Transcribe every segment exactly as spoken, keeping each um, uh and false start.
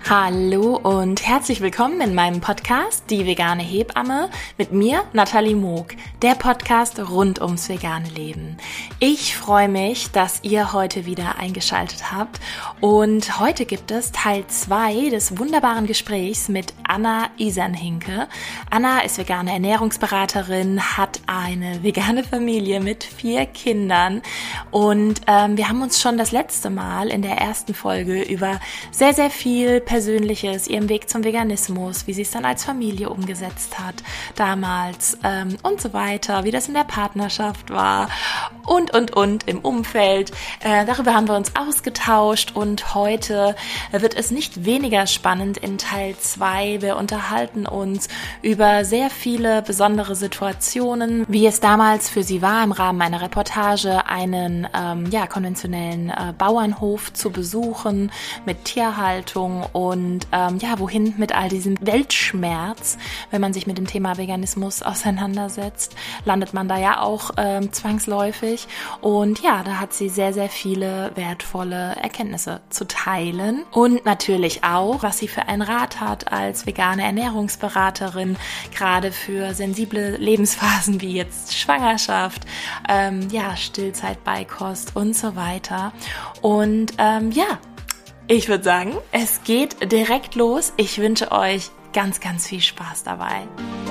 Hallo und herzlich willkommen in meinem Podcast Die vegane Hebamme mit mir, Nathalie Moog, der Podcast rund ums vegane Leben. Ich freue mich, dass ihr heute wieder eingeschaltet habt und heute gibt es Teil zwei des wunderbaren Gesprächs mit Anna Isernhinke. Anna ist vegane Ernährungsberaterin, hat eine vegane Familie mit vier Kindern und ähm, wir haben uns schon das letzte Mal in der ersten Folge über sehr, sehr viel Persönliches, ihren Weg zum Veganismus, wie sie es dann als Familie umgesetzt hat damals ähm, und so weiter, wie das in der Partnerschaft war und, und, und im Umfeld. Äh, darüber haben wir uns ausgetauscht und heute wird es nicht weniger spannend in Teil zwei. Wir unterhalten uns über sehr viele besondere Situationen, wie es damals für sie war, im Rahmen einer Reportage einen ähm, ja, konventionellen äh, Bauernhof zu besuchen mit Tierhaltung und ähm, ja, wohin mit all diesem Weltschmerz, wenn man sich mit dem Thema Veganismus auseinandersetzt, landet man da ja auch ähm, zwangsläufig. Und ja, da hat sie sehr, sehr viele wertvolle Erkenntnisse zu teilen. Und natürlich auch, was sie für einen Rat hat als vegane Ernährungsberaterin, gerade für sensible Lebensphasen wie jetzt Schwangerschaft, ähm, ja, Stillzeit, Beikost und so weiter. Und ähm, ja, ich würde sagen, es geht direkt los. Ich wünsche euch ganz, ganz viel Spaß dabei.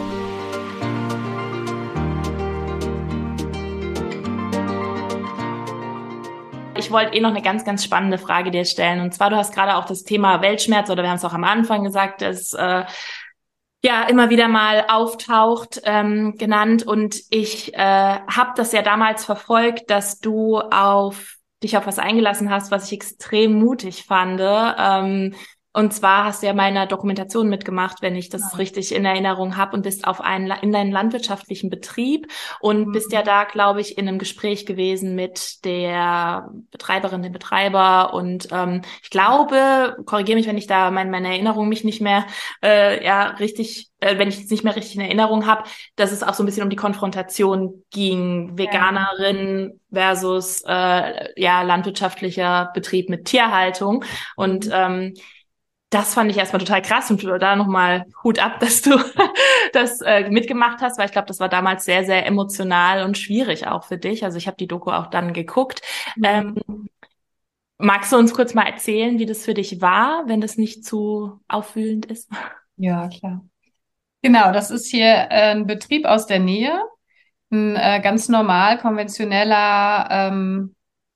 Ich wollte eh noch eine ganz, ganz spannende Frage dir stellen. Und zwar, du hast gerade auch das Thema Weltschmerz, oder wir haben es auch am Anfang gesagt, dass äh, ja immer wieder mal auftaucht, ähm, genannt. Und ich äh, habe das ja damals verfolgt, dass du auf dich auf was eingelassen hast, was ich extrem mutig fand. Ähm, und zwar hast du ja meiner Dokumentation mitgemacht, wenn ich das ja. richtig in Erinnerung habe, und bist auf einen in einen landwirtschaftlichen Betrieb und mhm. bist ja da, glaube ich, in einem Gespräch gewesen mit der Betreiberin, dem Betreiber. Und ähm, ich glaube, korrigiere mich, wenn ich da mein, meine Erinnerung mich nicht mehr äh, ja richtig äh, wenn ich es nicht mehr richtig in Erinnerung habe, dass es auch so ein bisschen um die Konfrontation ging, Veganerin versus äh, ja landwirtschaftlicher Betrieb mit Tierhaltung. Und ähm, das fand ich erstmal total krass, und da nochmal Hut ab, dass du das äh, mitgemacht hast, weil ich glaube, das war damals sehr, sehr emotional und schwierig auch für dich. Also ich habe die Doku auch dann geguckt. Mhm. Ähm, magst du uns kurz mal erzählen, wie das für dich war, wenn das nicht zu aufwühlend ist? Ja, klar. Genau, das ist hier äh, ein Betrieb aus der Nähe, ein äh, ganz normal konventioneller ähm,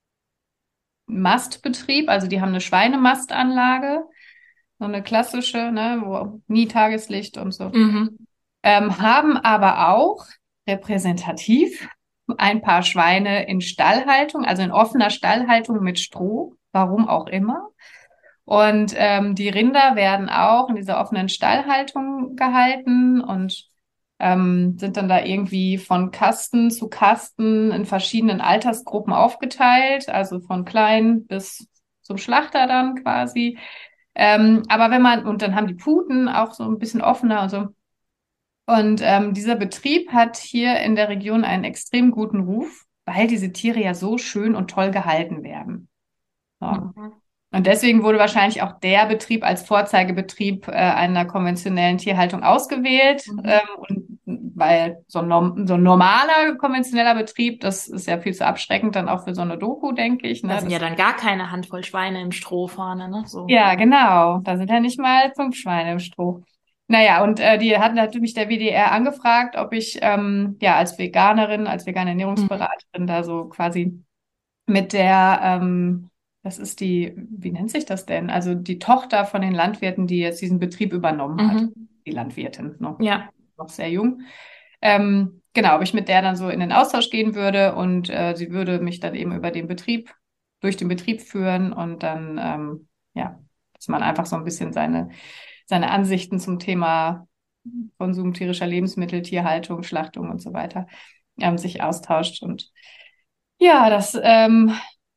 Mastbetrieb. Also die haben eine Schweinemastanlage, so eine klassische, ne, wo nie Tageslicht und so. Mhm. Ähm, haben aber auch repräsentativ ein paar Schweine in Stallhaltung, also in offener Stallhaltung mit Stroh, warum auch immer. Und ähm, die Rinder werden auch in dieser offenen Stallhaltung gehalten und ähm, sind dann da irgendwie von Kasten zu Kasten in verschiedenen Altersgruppen aufgeteilt, also von klein bis zum Schlachter dann quasi. Ähm, aber wenn man, und dann haben die Puten auch so ein bisschen offener und so. Und ähm, dieser Betrieb hat hier in der Region einen extrem guten Ruf, weil diese Tiere ja so schön und toll gehalten werden. So. Mhm. Und deswegen wurde wahrscheinlich auch der Betrieb als Vorzeigebetrieb äh, einer konventionellen Tierhaltung ausgewählt. Mhm. Ähm, und weil so ein, norm so ein normaler konventioneller Betrieb, das ist ja viel zu abschreckend dann auch für so eine Doku, denke ich. Ne? Da sind Das, ja dann gar keine Handvoll Schweine im Stroh vorne, ne? So. ja, genau. Da sind ja nicht mal fünf Schweine im Stroh. Naja, und äh, die hatten natürlich der W D R angefragt, ob ich ähm, ja als Veganerin, als vegane Mhm. Ernährungsberaterin da so quasi mit der, ähm, das ist die, wie nennt sich das denn? Also die Tochter von den Landwirten, die jetzt diesen Betrieb übernommen hat. Mhm. Die Landwirtin, noch, Ja. noch sehr jung. Ähm, genau, ob ich mit der dann so in den Austausch gehen würde, und äh, sie würde mich dann eben über den Betrieb, durch den Betrieb führen, und dann, ähm, ja, dass man einfach so ein bisschen seine, seine Ansichten zum Thema Konsum tierischer Lebensmittel, Tierhaltung, Schlachtung und so weiter ähm, sich austauscht. Und ja, das, ähm,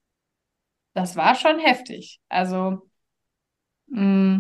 das war schon heftig. Also, mh,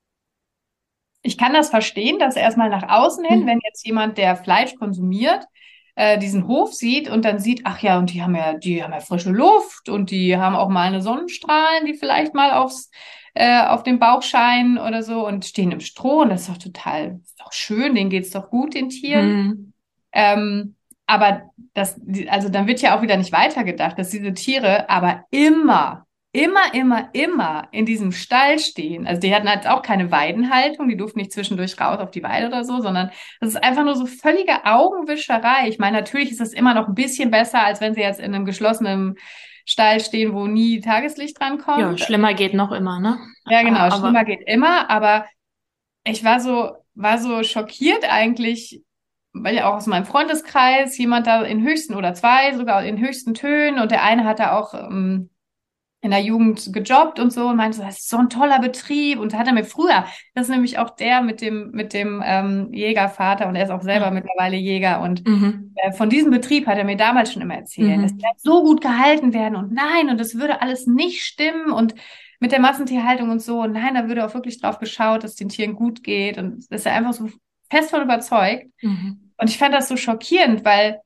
ich kann das verstehen, dass erstmal nach außen hin, Mhm. wenn jetzt jemand, der Fleisch konsumiert, äh, diesen Hof sieht und dann sieht, ach ja, und die haben ja, die haben ja frische Luft und die haben auch mal eine Sonnenstrahlen, die vielleicht mal aufs äh, auf dem Bauchschein oder so und stehen im Stroh und das ist doch total, ist doch schön, denen geht's doch gut, den Tieren. Mhm. Ähm, aber das, die- also dann wird ja auch wieder nicht weitergedacht, dass diese Tiere aber immer, immer, immer, immer in diesem Stall stehen. Also die hatten halt auch keine Weidenhaltung, die durften nicht zwischendurch raus auf die Weide oder so, sondern das ist einfach nur so völlige Augenwischerei. Ich meine, natürlich ist das immer noch ein bisschen besser, als wenn sie jetzt in einem geschlossenen Stall stehen, wo nie Tageslicht Ja, drankommt. schlimmer geht noch immer, ne? Ja, Ja, genau, aber schlimmer geht immer, aber ich war so, war so schockiert eigentlich, weil ja auch aus meinem Freundeskreis jemand da in höchsten oder zwei sogar in höchsten Tönen und der eine hat da auch ähm, in der Jugend gejobbt und so und meinte so, das ist so ein toller Betrieb und hat er mir früher, das ist nämlich auch der mit dem mit dem ähm, Jägervater und er ist auch selber ja. mittlerweile Jäger und Mhm. äh, von diesem Betrieb hat er mir damals schon immer erzählt, dass die Mhm. halt so gut gehalten werden und nein und das würde alles nicht stimmen und mit der Massentierhaltung und so und nein, da würde auch wirklich drauf geschaut, dass den Tieren gut geht und ist er einfach so fest von überzeugt Mhm. und ich fand das so schockierend, weil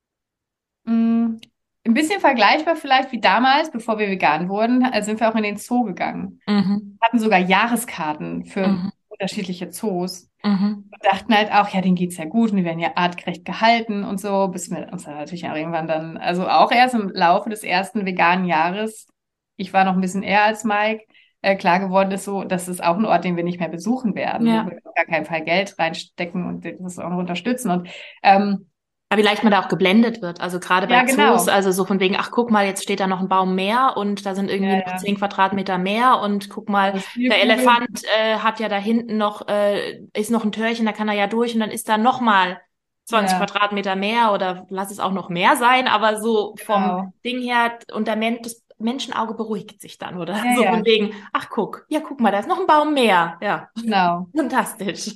mh, ein bisschen vergleichbar vielleicht wie damals, bevor wir vegan wurden, äh, sind wir auch in den Zoo gegangen. Mhm. Hatten sogar Jahreskarten für Mhm. unterschiedliche Zoos. Mhm. Und dachten halt auch, ja, denen geht's ja gut und die werden ja artgerecht gehalten und so, bis wir uns dann natürlich auch irgendwann dann, also auch erst im Laufe des ersten veganen Jahres, ich war noch ein bisschen eher als Mike, äh, klar geworden ist so, das ist auch ein Ort, den wir nicht mehr besuchen werden, wo Ja. wir auf gar keinen Fall Geld reinstecken und das auch noch unterstützen. Und ähm, Aber wie leicht man da auch geblendet wird. Also gerade ja, bei Zoos, genau. also so von wegen, ach guck mal, jetzt steht da noch ein Baum mehr und da sind irgendwie Ja, noch ja. zehn Quadratmeter mehr und guck mal, Also der Spielkugel. Elefant äh, hat ja da hinten noch, äh, ist noch ein Türchen, da kann er ja durch und dann ist da noch mal zwanzig Ja, Quadratmeter mehr oder lass es auch noch mehr sein, aber so vom genau. Ding her und der Men das Menschenauge beruhigt sich dann oder Ja, so von ja, wegen, ach guck, ja guck mal, da ist noch ein Baum mehr. Ja, genau. fantastisch.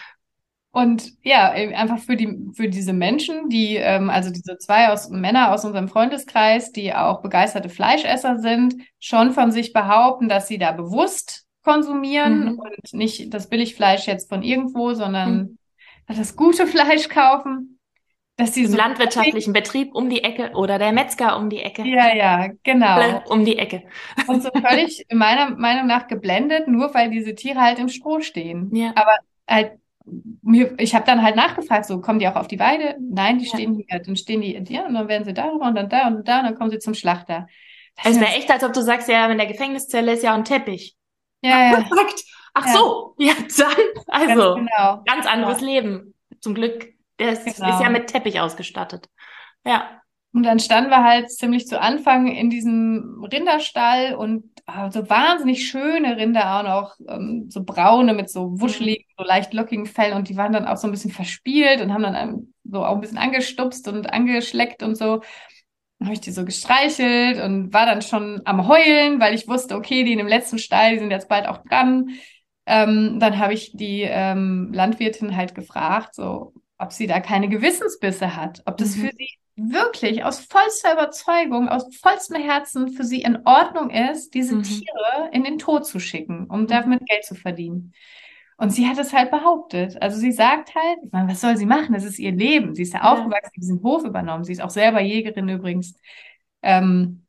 Und ja, eben einfach für die, für diese Menschen, die, ähm, also diese zwei aus, Männer aus unserem Freundeskreis, die auch begeisterte Fleischesser sind, schon von sich behaupten, dass sie da bewusst konsumieren Mhm. und nicht das Billigfleisch jetzt von irgendwo, Mhm. sondern das gute Fleisch kaufen, dass sie Im so, landwirtschaftlichen Betrieb um die Ecke oder der Metzger um die Ecke. ja, ja, Alle genau. um die Ecke. Und so völlig meiner Meinung nach geblendet, nur weil diese Tiere halt im Stroh stehen. Ja, Aber halt, mir, ich habe dann halt nachgefragt, so kommen die auch auf die Weide? Nein, die ja. stehen hier. Dann stehen die, ja, und dann werden sie da und dann da und da und dann kommen sie zum Schlachter. Das Es ist mir wäre das, echt, als ob du sagst, ja, in der Gefängniszelle ist ja ein Teppich. ja, ja, Sagt, ach ja, so, ja, dann, ganz also, genau. ganz anderes Ja, Leben. Zum Glück, der ist, ist ja genau. mit Teppich ausgestattet. Ja. Und dann standen wir halt ziemlich zu Anfang in diesem Rinderstall und ah, so wahnsinnig schöne Rinder auch noch, ähm, so braune mit so Mhm. wuscheligen, so leicht lockigen Fell und die waren dann auch so ein bisschen verspielt und haben dann einem so auch ein bisschen angestupst und angeschleckt und so. Dann habe ich die so gestreichelt und war dann schon am Heulen, weil ich wusste, okay, die in dem letzten Stall, die sind jetzt bald auch dran. Ähm, dann habe ich die ähm, Landwirtin halt gefragt, so, ob sie da keine Gewissensbisse hat, ob das für Mhm. sie wirklich aus vollster Überzeugung, aus vollstem Herzen für sie in Ordnung ist, diese Mhm. Tiere in den Tod zu schicken, um Mhm. damit Geld zu verdienen. Und sie hat es halt behauptet. Also sie sagt halt, ich meine, was soll sie machen? Das ist ihr Leben. Sie ist ja Ja. aufgewachsen, diesen Hof übernommen. Sie ist auch selber Jägerin übrigens. Ähm,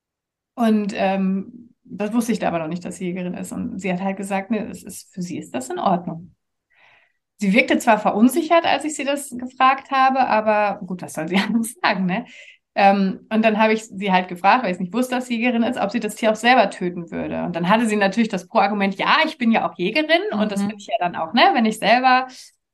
und ähm, das wusste ich da aber noch nicht, dass sie Jägerin ist. Und sie hat halt gesagt, ne, es ist, für sie ist das in Ordnung. Sie wirkte zwar verunsichert, als ich sie das gefragt habe, aber gut, was soll sie anders sagen, ne? Ähm, und dann habe ich sie halt gefragt, weil ich nicht wusste, dass sie Jägerin ist, ob sie das Tier auch selber töten würde. Und dann hatte sie natürlich das Pro-Argument, ja, ich bin ja auch Jägerin und das bin Mhm. ich ja dann auch, ne? Wenn ich selber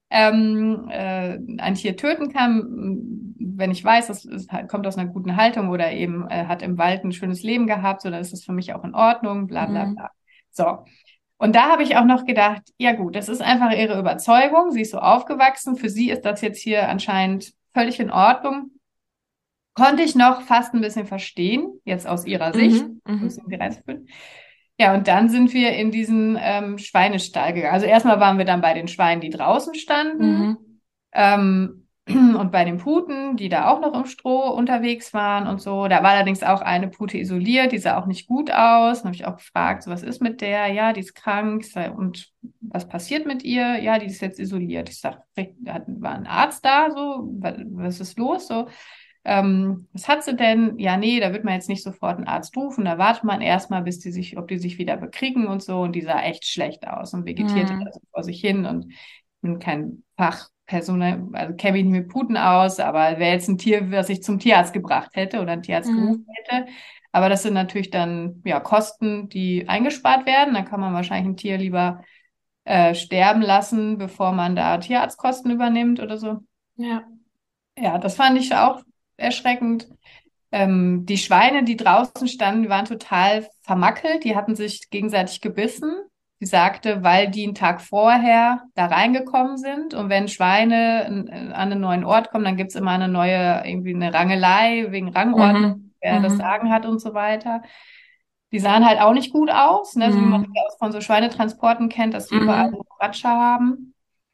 ähm, äh, ein Tier töten kann, wenn ich weiß, das ist, kommt aus einer guten Haltung oder eben äh, hat im Wald ein schönes Leben gehabt, so dann ist das für mich auch in Ordnung, bla bla Mhm. bla. So. Und da habe ich auch noch gedacht, ja gut, das ist einfach ihre Überzeugung. Sie ist so aufgewachsen. Für sie ist das jetzt hier anscheinend völlig in Ordnung. Konnte ich noch fast ein bisschen verstehen, jetzt aus ihrer Sicht. Mhm. Ein Mhm. bisschen gereiztfühlt. Ja, und dann sind wir in diesen ähm, Schweinestall gegangen. Also erstmal waren wir dann bei den Schweinen, die draußen standen. Mhm. Ähm, und bei den Puten, die da auch noch im Stroh unterwegs waren und so. Da war allerdings auch eine Pute isoliert, die sah auch nicht gut aus. Dann habe ich auch gefragt, so, was ist mit der? Ja, die ist krank. Ich sag, und was passiert mit ihr? Ja, die ist jetzt isoliert. Ich sage, war ein Arzt da? So, was, was ist los? So, Ähm, was hat sie denn? Ja, nee, da wird man jetzt nicht sofort einen Arzt rufen. Da wartet man erstmal, bis die sich, ob die sich wieder bekriegen und so. Und die sah echt schlecht aus und vegetierte da Mhm. so vor sich hin. Und ich bin kein Fachperson, also kenne mich nicht mit Puten aus, aber wäre jetzt ein Tier, was ich zum Tierarzt gebracht hätte oder einen Tierarzt gerufen Mhm. hätte. Aber das sind natürlich dann ja Kosten, die eingespart werden. Dann kann man wahrscheinlich ein Tier lieber äh, sterben lassen, bevor man da Tierarztkosten übernimmt oder so. Ja. Ja, das fand ich auch erschreckend. Ähm, die Schweine, die draußen standen, die waren total vermackelt. Die hatten sich gegenseitig gebissen. Sie sagte, weil die einen Tag vorher da reingekommen sind. Und wenn Schweine an an einen neuen Ort kommen, dann gibt's immer eine neue, irgendwie eine Rangelei wegen Rangordnung, Mhm. wer das Mhm. Sagen hat und so weiter. Die sahen halt auch nicht gut aus, ne? So wie man das Mhm. ja auch von so Schweinetransporten kennt, dass die überall Mhm. so Ratscher haben.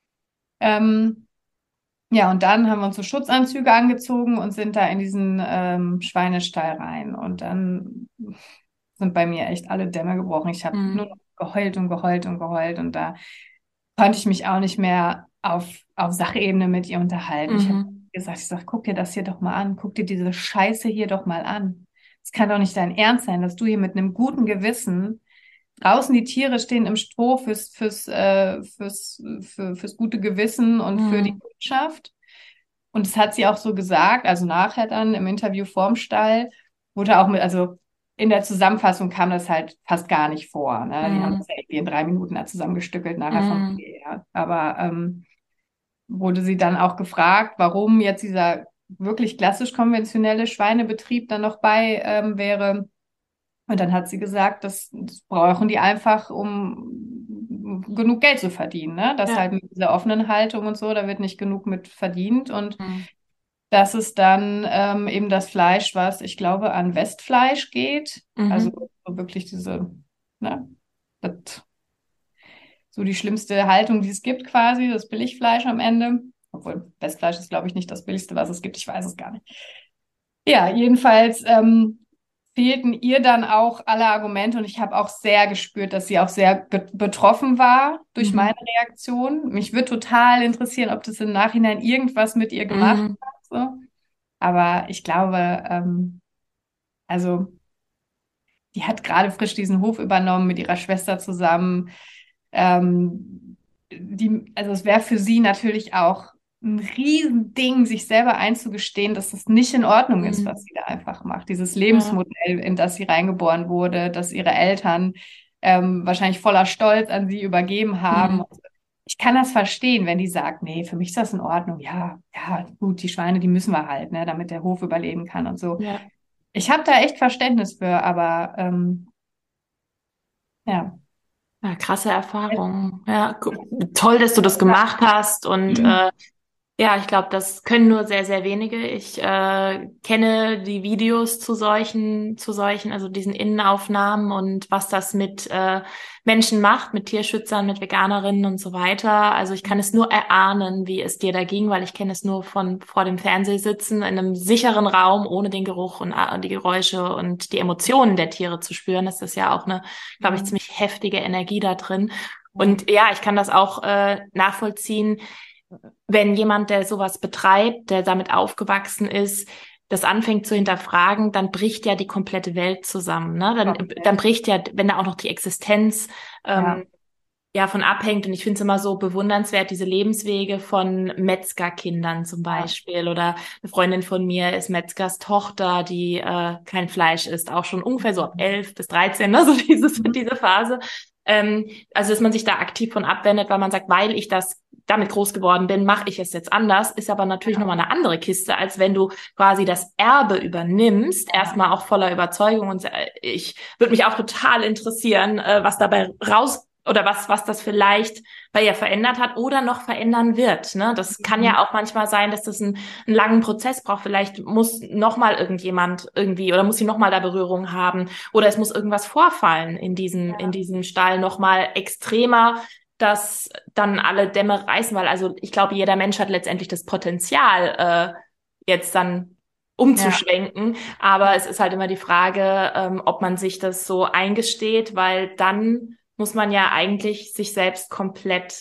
Ähm, ja, und dann haben wir uns so Schutzanzüge angezogen und sind da in diesen ähm, Schweinestall rein. Und dann sind bei mir echt alle Dämme gebrochen. Ich habe nur noch Mhm. geheult und geheult und geheult. Und da konnte ich mich auch nicht mehr auf, auf Sachebene mit ihr unterhalten. Ich habe Mhm. gesagt, ich sag, guck dir das hier doch mal an. Guck dir diese Scheiße hier doch mal an. Es kann doch nicht dein Ernst sein, dass du hier mit einem guten Gewissen draußen die Tiere stehen im Stroh fürs, fürs, äh, fürs, für, fürs gute Gewissen und für die Mhm. Wirtschaft. Und das hat sie auch so gesagt, also nachher dann im Interview vorm Stall, wurde auch mit, also in der Zusammenfassung kam das halt fast gar nicht vor. Ne? Die haben Mhm. das ja irgendwie in drei Minuten da zusammengestückelt, nachher vom Mhm. Dreh her. Aber ähm, wurde sie dann auch gefragt, warum jetzt dieser wirklich klassisch konventionelle Schweinebetrieb dann noch bei ähm, wäre. Und dann hat sie gesagt, das, das brauchen die einfach, um genug Geld zu verdienen, ne? Das Ja. halt mit dieser offenen Haltung und so, da wird nicht genug mit verdient. Und Mhm. das ist dann ähm, eben das Fleisch, was ich glaube an Westfleisch geht. Also Mhm. so wirklich diese, ne, das, so die schlimmste Haltung, die es gibt quasi, das Billigfleisch am Ende. Obwohl Westfleisch ist, glaube ich, nicht das billigste, was es gibt. Ich weiß es gar nicht. Ja, jedenfalls ähm, fehlten ihr dann auch alle Argumente und ich habe auch sehr gespürt, dass sie auch sehr ge- betroffen war durch meine Mhm. Reaktion. Mich würde total interessieren, ob das im Nachhinein irgendwas mit ihr gemacht Mhm. hat. So. Aber ich glaube, ähm, also die hat gerade frisch diesen Hof übernommen mit ihrer Schwester zusammen. Ähm, die, also es wäre für sie natürlich auch ein Riesending, sich selber einzugestehen, dass das nicht in Ordnung ist, was Mhm. sie da einfach macht. Dieses Ja. Lebensmodell, in das sie reingeboren wurde, dass ihre Eltern ähm, wahrscheinlich voller Stolz an sie übergeben haben. Mhm. Ich kann das verstehen, wenn die sagt, nee, für mich ist das in Ordnung. Ja, ja, gut, die Schweine, die müssen wir halt, ne, damit der Hof überleben kann und so. Ja. Ich habe da echt Verständnis für, aber ähm, ja. Ja, krasse Erfahrung. Ja, gu- toll, dass du das gemacht hast und äh, ja, ich glaube, das können nur sehr, sehr wenige. Ich äh, kenne die Videos zu solchen, zu solchen, also diesen Innenaufnahmen und was das mit äh, Menschen macht, mit Tierschützern, mit Veganerinnen und so weiter. Also ich kann es nur erahnen, wie es dir da ging, weil ich kenne es nur von vor dem Fernsehsitzen in einem sicheren Raum, ohne den Geruch und äh, die Geräusche und die Emotionen der Tiere zu spüren. Das ist ja auch eine, glaube ich, Mhm. ziemlich heftige Energie da drin. Ja. Und ja, ich kann das auch äh, nachvollziehen, wenn jemand, der sowas betreibt, der damit aufgewachsen ist, das anfängt zu hinterfragen, dann bricht ja die komplette Welt zusammen, ne? Dann, dann Komplett. bricht ja, wenn da auch noch die Existenz Ja. ähm, ja von abhängt. Und ich finde es immer so bewundernswert, diese Lebenswege von Metzgerkindern zum Ja. Beispiel. Oder eine Freundin von mir ist Metzgers Tochter, die äh, kein Fleisch isst, auch schon ungefähr so ab elf bis dreizehn, ne? So dieses, diese Phase. Ähm, also, dass man sich da aktiv von abwendet, weil man sagt, weil ich das damit groß geworden bin, mache ich es jetzt anders, ist aber natürlich Ja. nochmal eine andere Kiste, als wenn du quasi das Erbe übernimmst, Ja. erstmal auch voller Überzeugung. Und äh, ich würde mich auch total interessieren, äh, was dabei raus oder was, was das vielleicht bei ihr verändert hat oder noch verändern wird. Ne? Das kann Mhm. ja auch manchmal sein, dass das einen, einen langen Prozess braucht. Vielleicht muss nochmal irgendjemand irgendwie oder muss sie nochmal da Berührung haben oder es muss irgendwas vorfallen in diesem, in diesem Stall nochmal extremer, dass dann alle Dämme reißen, weil also ich glaube, jeder Mensch hat letztendlich das Potenzial, äh, jetzt dann Ja. umzuschwenken. Aber Ja. es ist halt immer die Frage, ähm, ob man sich das so eingesteht, weil dann muss man ja eigentlich sich selbst komplett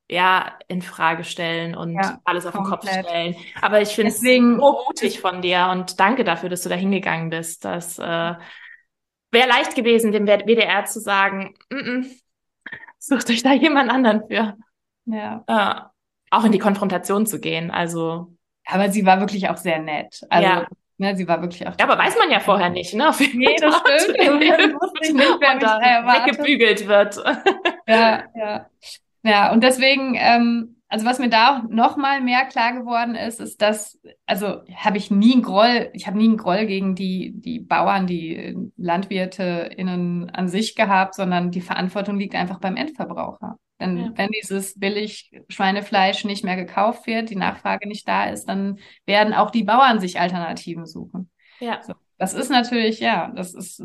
ja, in Frage stellen und Ja, alles auf den Kopf komplett. stellen. Aber ich finde es Deswegen, so mutig von dir und danke dafür, dass du da hingegangen bist. Das äh, wäre leicht gewesen, dem W D R zu sagen, mm -mm, sucht euch da jemand anderen für. ja. Äh, auch in die Konfrontation zu gehen. Also, Aber sie war wirklich auch sehr nett. Also, ja. ne, sie war wirklich auch Ja, aber total weiß man ja nett. vorher nicht, ne? Auf wen man Nee, das dort stimmt. Dann wusste ich nicht, lebt wer und mich da dann erwartet. weggebügelt wird. Ja, ja. Ja, und deswegen, ähm, also was mir da auch noch mal mehr klar geworden ist, ist, dass, also habe ich nie einen Groll, ich habe nie einen Groll gegen die, die Bauern, die LandwirteInnen an sich gehabt, sondern die Verantwortung liegt einfach beim Endverbraucher. Denn Ja. wenn dieses billig Schweinefleisch nicht mehr gekauft wird, die Nachfrage nicht da ist, dann werden auch die Bauern sich Alternativen suchen. Ja. So, das ist natürlich, ja, das ist,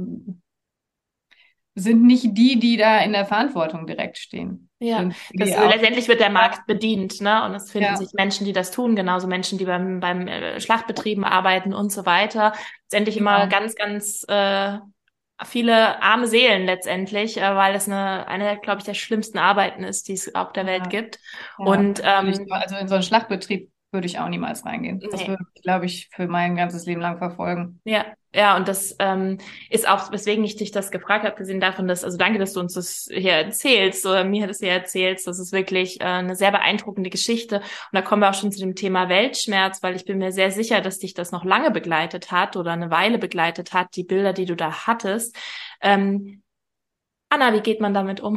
sind nicht die, die da in der Verantwortung direkt stehen. Ja, Sind das die auch. letztendlich wird der Ja, Markt bedient, ne? Und es finden ja, sich Menschen, die das tun, genauso Menschen, die beim beim äh, Schlachtbetrieben arbeiten und so weiter. Letztendlich immer genau. ganz, ganz äh, viele arme Seelen letztendlich, äh, weil es eine eine, glaube ich, der schlimmsten Arbeiten ist, die es auf der Welt Ja, gibt. ja. Und Würde ich, ähm, also in so einen Schlachtbetrieb würde ich auch niemals reingehen. Das nee. würde ich, glaube ich, für mein ganzes Leben lang verfolgen. Ja, ja, und das ähm, ist auch, weswegen ich dich das gefragt habe, gesehen davon, dass, also danke, dass du uns das hier erzählst oder mir das hier erzählst. Das ist wirklich äh, eine sehr beeindruckende Geschichte. Und da kommen wir auch schon zu dem Thema Weltschmerz, weil ich bin mir sehr sicher, dass dich das noch lange begleitet hat oder eine Weile begleitet hat, die Bilder, die du da hattest. Ähm, Anna, wie geht man damit um?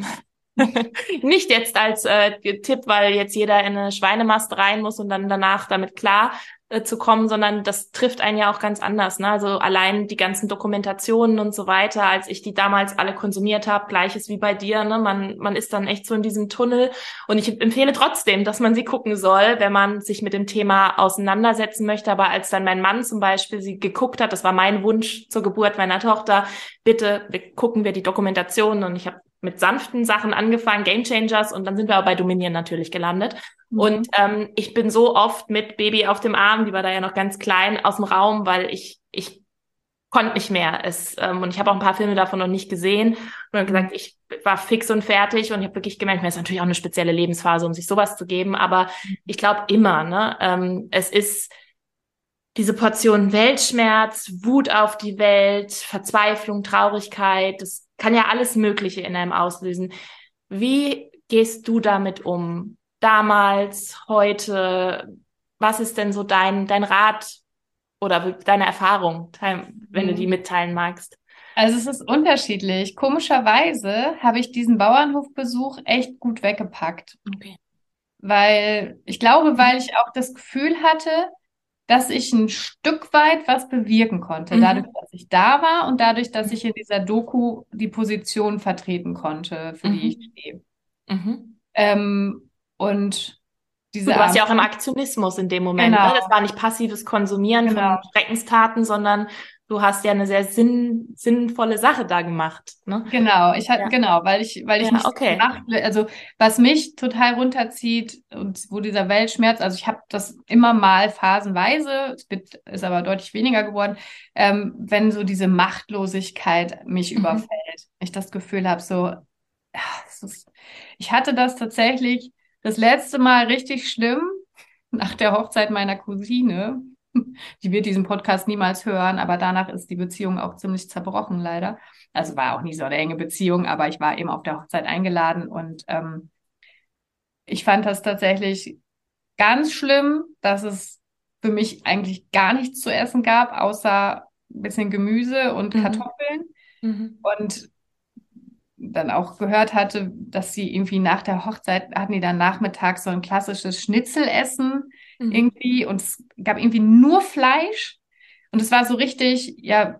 Nicht jetzt als äh, Tipp, weil jetzt jeder in eine Schweinemast rein muss und dann danach damit klar äh, zu kommen, sondern das trifft einen ja auch ganz anders. Ne? Also allein die ganzen Dokumentationen und so weiter, als ich die damals alle konsumiert habe, gleiches wie bei dir. Ne? Man, man ist dann echt so in diesem Tunnel und ich empfehle trotzdem, dass man sie gucken soll, wenn man sich mit dem Thema auseinandersetzen möchte. Aber als dann mein Mann zum Beispiel sie geguckt hat, das war mein Wunsch zur Geburt meiner Tochter, bitte wir gucken wir die Dokumentation und ich habe mit sanften Sachen angefangen, Game Changers, und dann sind wir aber bei Dominion natürlich gelandet. Und Mhm. ähm, ich bin so oft mit Baby auf dem Arm, die war da ja noch ganz klein, aus dem Raum, weil ich ich konnte nicht mehr. Es ähm, und ich habe auch ein paar Filme davon noch nicht gesehen und habe Mhm. gesagt, ich war fix und fertig und ich habe wirklich gemerkt, mir ist natürlich auch eine spezielle Lebensphase, um sich sowas zu geben, aber ich glaube immer, ne, ähm, es ist diese Portion Weltschmerz, Wut auf die Welt, Verzweiflung, Traurigkeit, das kann ja alles Mögliche in einem auslösen. Wie gehst du damit um? Damals, heute, was ist denn so dein, dein Rat oder deine Erfahrung, wenn du die Mhm. mitteilen magst? Also es ist unterschiedlich. Komischerweise habe ich diesen Bauernhofbesuch echt gut weggepackt, Okay. weil ich glaube, weil ich auch das Gefühl hatte, dass ich ein Stück weit was bewirken konnte, dadurch, Mhm. dass ich da war und dadurch, dass Mhm. ich in dieser Doku die Position vertreten konnte, für die ich Mhm. stehe. Mhm. Ähm, und Gut, diese du warst Arme, ja auch im Aktionismus in dem Moment, ne? Das genau, war nicht passives Konsumieren von genau, Schreckenstaten, sondern du hast ja eine sehr sinn sinnvolle Sache da gemacht, ne? genau. Ich hatte, Ja, genau, weil ich, weil ich ja, nicht okay. macht, also was mich total runterzieht und wo dieser Weltschmerz, also ich habe das immer mal phasenweise, es wird, ist aber deutlich weniger geworden, ähm, wenn so diese Machtlosigkeit mich Mhm. überfällt. Ich das Gefühl habe, so, ja, es ist, ich hatte das tatsächlich das letzte Mal richtig schlimm nach der Hochzeit meiner Cousine. Die wird diesen Podcast niemals hören, aber danach ist die Beziehung auch ziemlich zerbrochen, leider. Also war auch nie so eine enge Beziehung, aber ich war eben auf der Hochzeit eingeladen und ähm, ich fand das tatsächlich ganz schlimm, dass es für mich eigentlich gar nichts zu essen gab, außer ein bisschen Gemüse und Mhm. Kartoffeln. Mhm. Und dann auch gehört hatte, dass sie irgendwie nach der Hochzeit hatten die dann nachmittags so ein klassisches Schnitzelessen Mhm. irgendwie und es gab irgendwie nur Fleisch und es war so richtig, ja,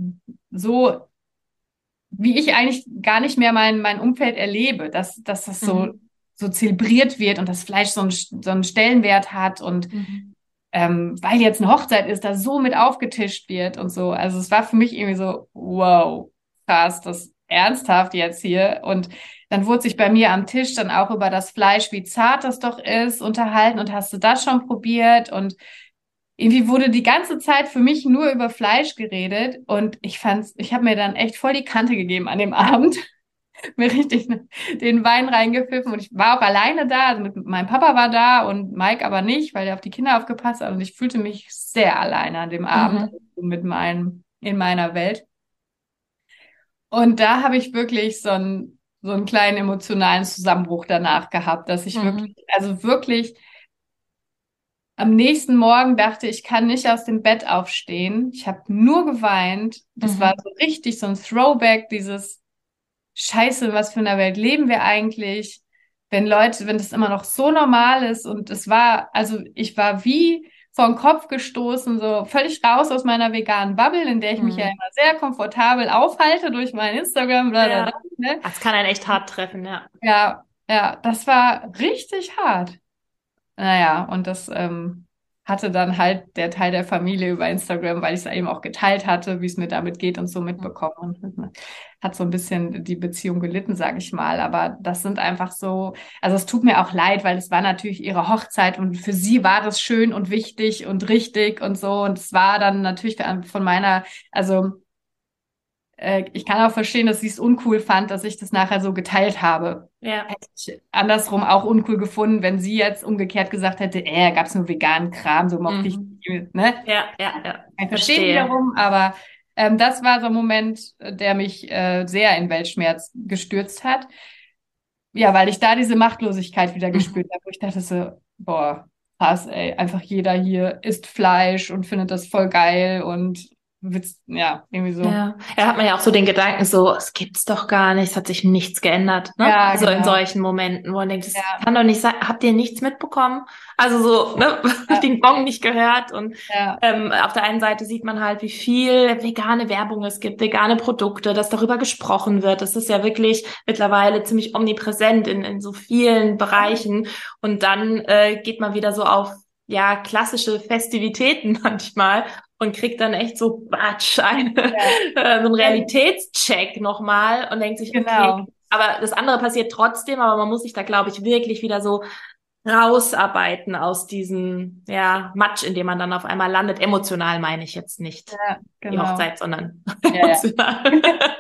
so wie ich eigentlich gar nicht mehr mein, mein Umfeld erlebe, dass, dass das so, Mhm. so zelebriert wird und das Fleisch so, ein, so einen Stellenwert hat und Mhm. ähm, weil jetzt eine Hochzeit ist, da so mit aufgetischt wird und so. Also es war für mich irgendwie so, wow, krass, das ernsthaft jetzt hier. Und dann wurde sich bei mir am Tisch dann auch über das Fleisch, wie zart das doch ist, unterhalten und hast du das schon probiert? Und irgendwie wurde die ganze Zeit für mich nur über Fleisch geredet und ich fand's, ich habe mir dann echt voll die Kante gegeben an dem Abend mir richtig den Wein reingepfiffen und ich war auch alleine da, also mit, mein Papa war da und Mike aber nicht, weil er auf die Kinder aufgepasst hat und ich fühlte mich sehr alleine an dem Abend Mhm. also mit meinem, in meiner Welt. Und da habe ich wirklich so einen, so einen kleinen emotionalen Zusammenbruch danach gehabt, dass ich wirklich, Mhm. also wirklich am nächsten Morgen dachte, ich kann nicht aus dem Bett aufstehen. Ich habe nur geweint. Das war Mhm. so richtig so ein Throwback, dieses Scheiße, in was für einer Welt leben wir eigentlich? Wenn Leute, wenn das immer noch so normal ist und es war, also ich war wie vor den Kopf gestoßen, so völlig raus aus meiner veganen Bubble, in der ich mich ja Mhm. immer sehr komfortabel aufhalte durch mein Instagram, bla, bla, bla, Ja, ne? das kann einen echt hart treffen, ja. Ja, ja, das war richtig hart. Naja, und das ähm, hatte dann halt der Teil der Familie über Instagram, weil ich es eben auch geteilt hatte, wie es mir damit geht und so mitbekommen. Und hat so ein bisschen die Beziehung gelitten, sage ich mal. Aber das sind einfach so, also es tut mir auch leid, weil es war natürlich ihre Hochzeit und für sie war das schön und wichtig und richtig und so. Und es war dann natürlich von meiner, also äh, ich kann auch verstehen, dass sie es uncool fand, dass ich das nachher so geteilt habe. Ja. Hätte ich andersrum auch uncool gefunden, wenn sie jetzt umgekehrt gesagt hätte, äh, gab's nur veganen Kram, so mochte ich, Mhm. ne? Ja, ja, ja. Kann ich verstehen Verstehe. wiederum, aber ähm, das war so ein Moment, äh, der mich äh, sehr in Weltschmerz gestürzt hat. Ja, weil ich da diese Machtlosigkeit wieder Mhm. gespürt habe, wo ich dachte so, boah, krass, ey, einfach jeder hier isst Fleisch und findet das voll geil und witz, ja, irgendwie so. Ja, da hat man ja auch so den Gedanken, so, es gibt's doch gar nicht, es hat sich nichts geändert, ne? Ja, Also in genau. solchen Momenten, wo man denkt, das Ja, kann doch nicht sein, habt ihr nichts mitbekommen? Also so, ne, ja, den Gong nicht gehört und ja. ähm, auf der einen Seite sieht man halt, wie viel vegane Werbung es gibt, vegane Produkte, dass darüber gesprochen wird. Das ist ja wirklich mittlerweile ziemlich omnipräsent in, in so vielen Bereichen und dann äh, geht man wieder so auf ja, klassische Festivitäten manchmal und kriegt dann echt so Batsch, eine, Ja, äh, so einen ja, Realitätscheck nochmal und denkt sich, okay, genau. aber das andere passiert trotzdem, aber man muss sich da, glaube ich, wirklich wieder so rausarbeiten aus diesem, ja, Matsch, in dem man dann auf einmal landet. Emotional meine ich jetzt nicht Ja, die genau. Hochzeit, sondern Ja, ja. emotional.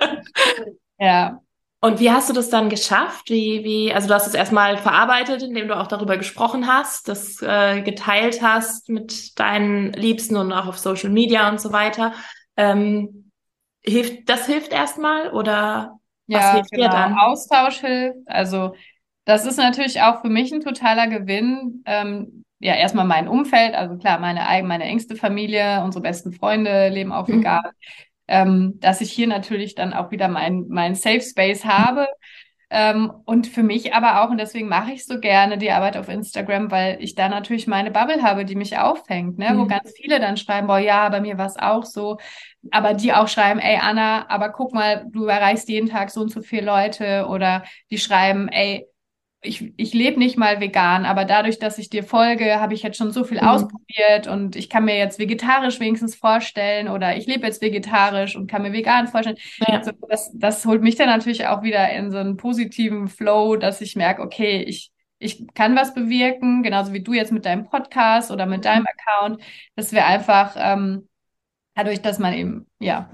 Ja, Und wie hast du das dann geschafft? Wie, wie, also du hast es erstmal verarbeitet, indem du auch darüber gesprochen hast, das äh, geteilt hast mit deinen Liebsten und auch auf Social Media und so weiter. Ähm, hilft, das hilft erstmal oder was ja, hilft dir genau. dann? Austausch hilft. Also, das ist natürlich auch für mich ein totaler Gewinn. Ähm, ja, erstmal mein Umfeld, also klar, meine eigene, meine engste Familie, unsere besten Freunde leben auch vegan. Mhm. Ähm, dass ich hier natürlich dann auch wieder mein, mein Safe Space habe. Ähm, und für mich aber auch, und deswegen mache ich so gerne die Arbeit auf Instagram, weil ich da natürlich meine Bubble habe, die mich auffängt, ne? Wo Mhm. ganz viele dann schreiben, boah, ja, bei mir war es auch so. Aber die auch schreiben, ey Anna, aber guck mal, du erreichst jeden Tag so und so viele Leute. Oder die schreiben, ey, ich, ich lebe nicht mal vegan, aber dadurch, dass ich dir folge, habe ich jetzt schon so viel Mhm. ausprobiert und ich kann mir jetzt vegetarisch wenigstens vorstellen oder ich lebe jetzt vegetarisch und kann mir vegan vorstellen. So, Ja. das, das holt mich dann natürlich auch wieder in so einen positiven Flow, dass ich merke, okay, ich, ich kann was bewirken, genauso wie du jetzt mit deinem Podcast oder mit deinem Mhm. Account, dass wir einfach ähm, dadurch, dass man eben, ja,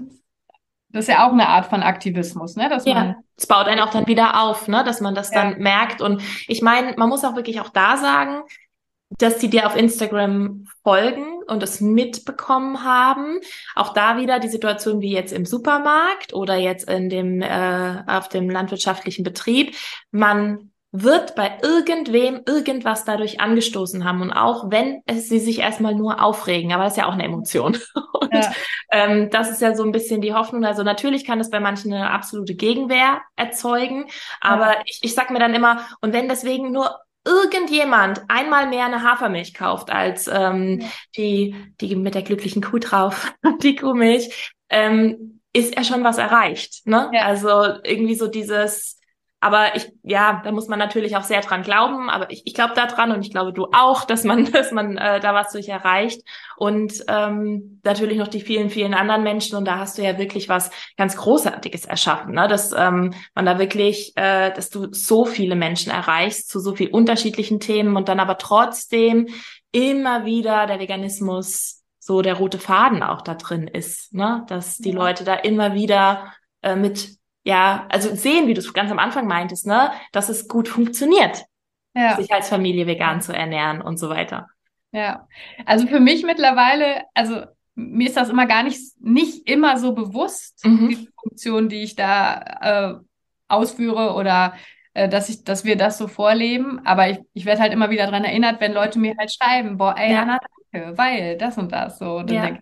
das ist ja auch eine Art von Aktivismus, ne, dass man, Ja, es baut einen auch dann wieder auf, ne, dass man das ja, dann merkt. Und ich meine, man muss auch wirklich auch da sagen, dass die dir auf Instagram folgen und es mitbekommen haben. Auch da wieder die Situation wie jetzt im Supermarkt oder jetzt in dem äh, auf dem landwirtschaftlichen Betrieb. Man wird bei irgendwem irgendwas dadurch angestoßen haben und auch wenn es sie sich erstmal nur aufregen, aber das ist ja auch eine Emotion. Und ja, ähm, das ist ja so ein bisschen die Hoffnung. Also natürlich kann es bei manchen eine absolute Gegenwehr erzeugen, ja, aber ich, ich sag mir dann immer, und wenn deswegen nur irgendjemand einmal mehr eine Hafermilch kauft als ähm, ja, die, die mit der glücklichen Kuh drauf, die Kuhmilch, ähm, ist er schon was erreicht, ne? ja, Also irgendwie so dieses, aber ich, ja, da muss man natürlich auch sehr dran glauben, aber ich, ich glaube da dran und ich glaube du auch, dass man, dass man äh, da was durch erreicht und ähm, natürlich noch die vielen, vielen anderen Menschen und da hast du ja wirklich was ganz Großartiges erschaffen, ne? Dass ähm, man da wirklich, äh, dass du so viele Menschen erreichst zu so viel unterschiedlichen Themen und dann aber trotzdem immer wieder der Veganismus so der rote Faden auch da drin ist, ne? Dass die ja, Leute da immer wieder äh, mit ja, also sehen, wie du es ganz am Anfang meintest, ne, dass es gut funktioniert, Ja. sich als Familie vegan zu ernähren und so weiter. Ja, also für mich mittlerweile, also mir ist das immer gar nicht, nicht immer so bewusst, diese Mhm. Funktion, die ich da äh, ausführe oder äh, dass ich, dass wir das so vorleben. Aber ich, ich werde halt immer wieder daran erinnert, wenn Leute mir halt schreiben, boah, ey, Ja, Anna, danke, weil das und das so. Und dann ja, denke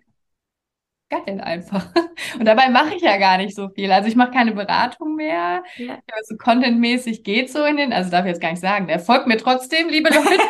geil einfach. Und dabei mache ich ja gar nicht so viel. Also ich mache keine Beratung mehr. ja. Also contentmäßig geht so in den, also darf ich jetzt gar nicht sagen, der folgt mir trotzdem, liebe Leute.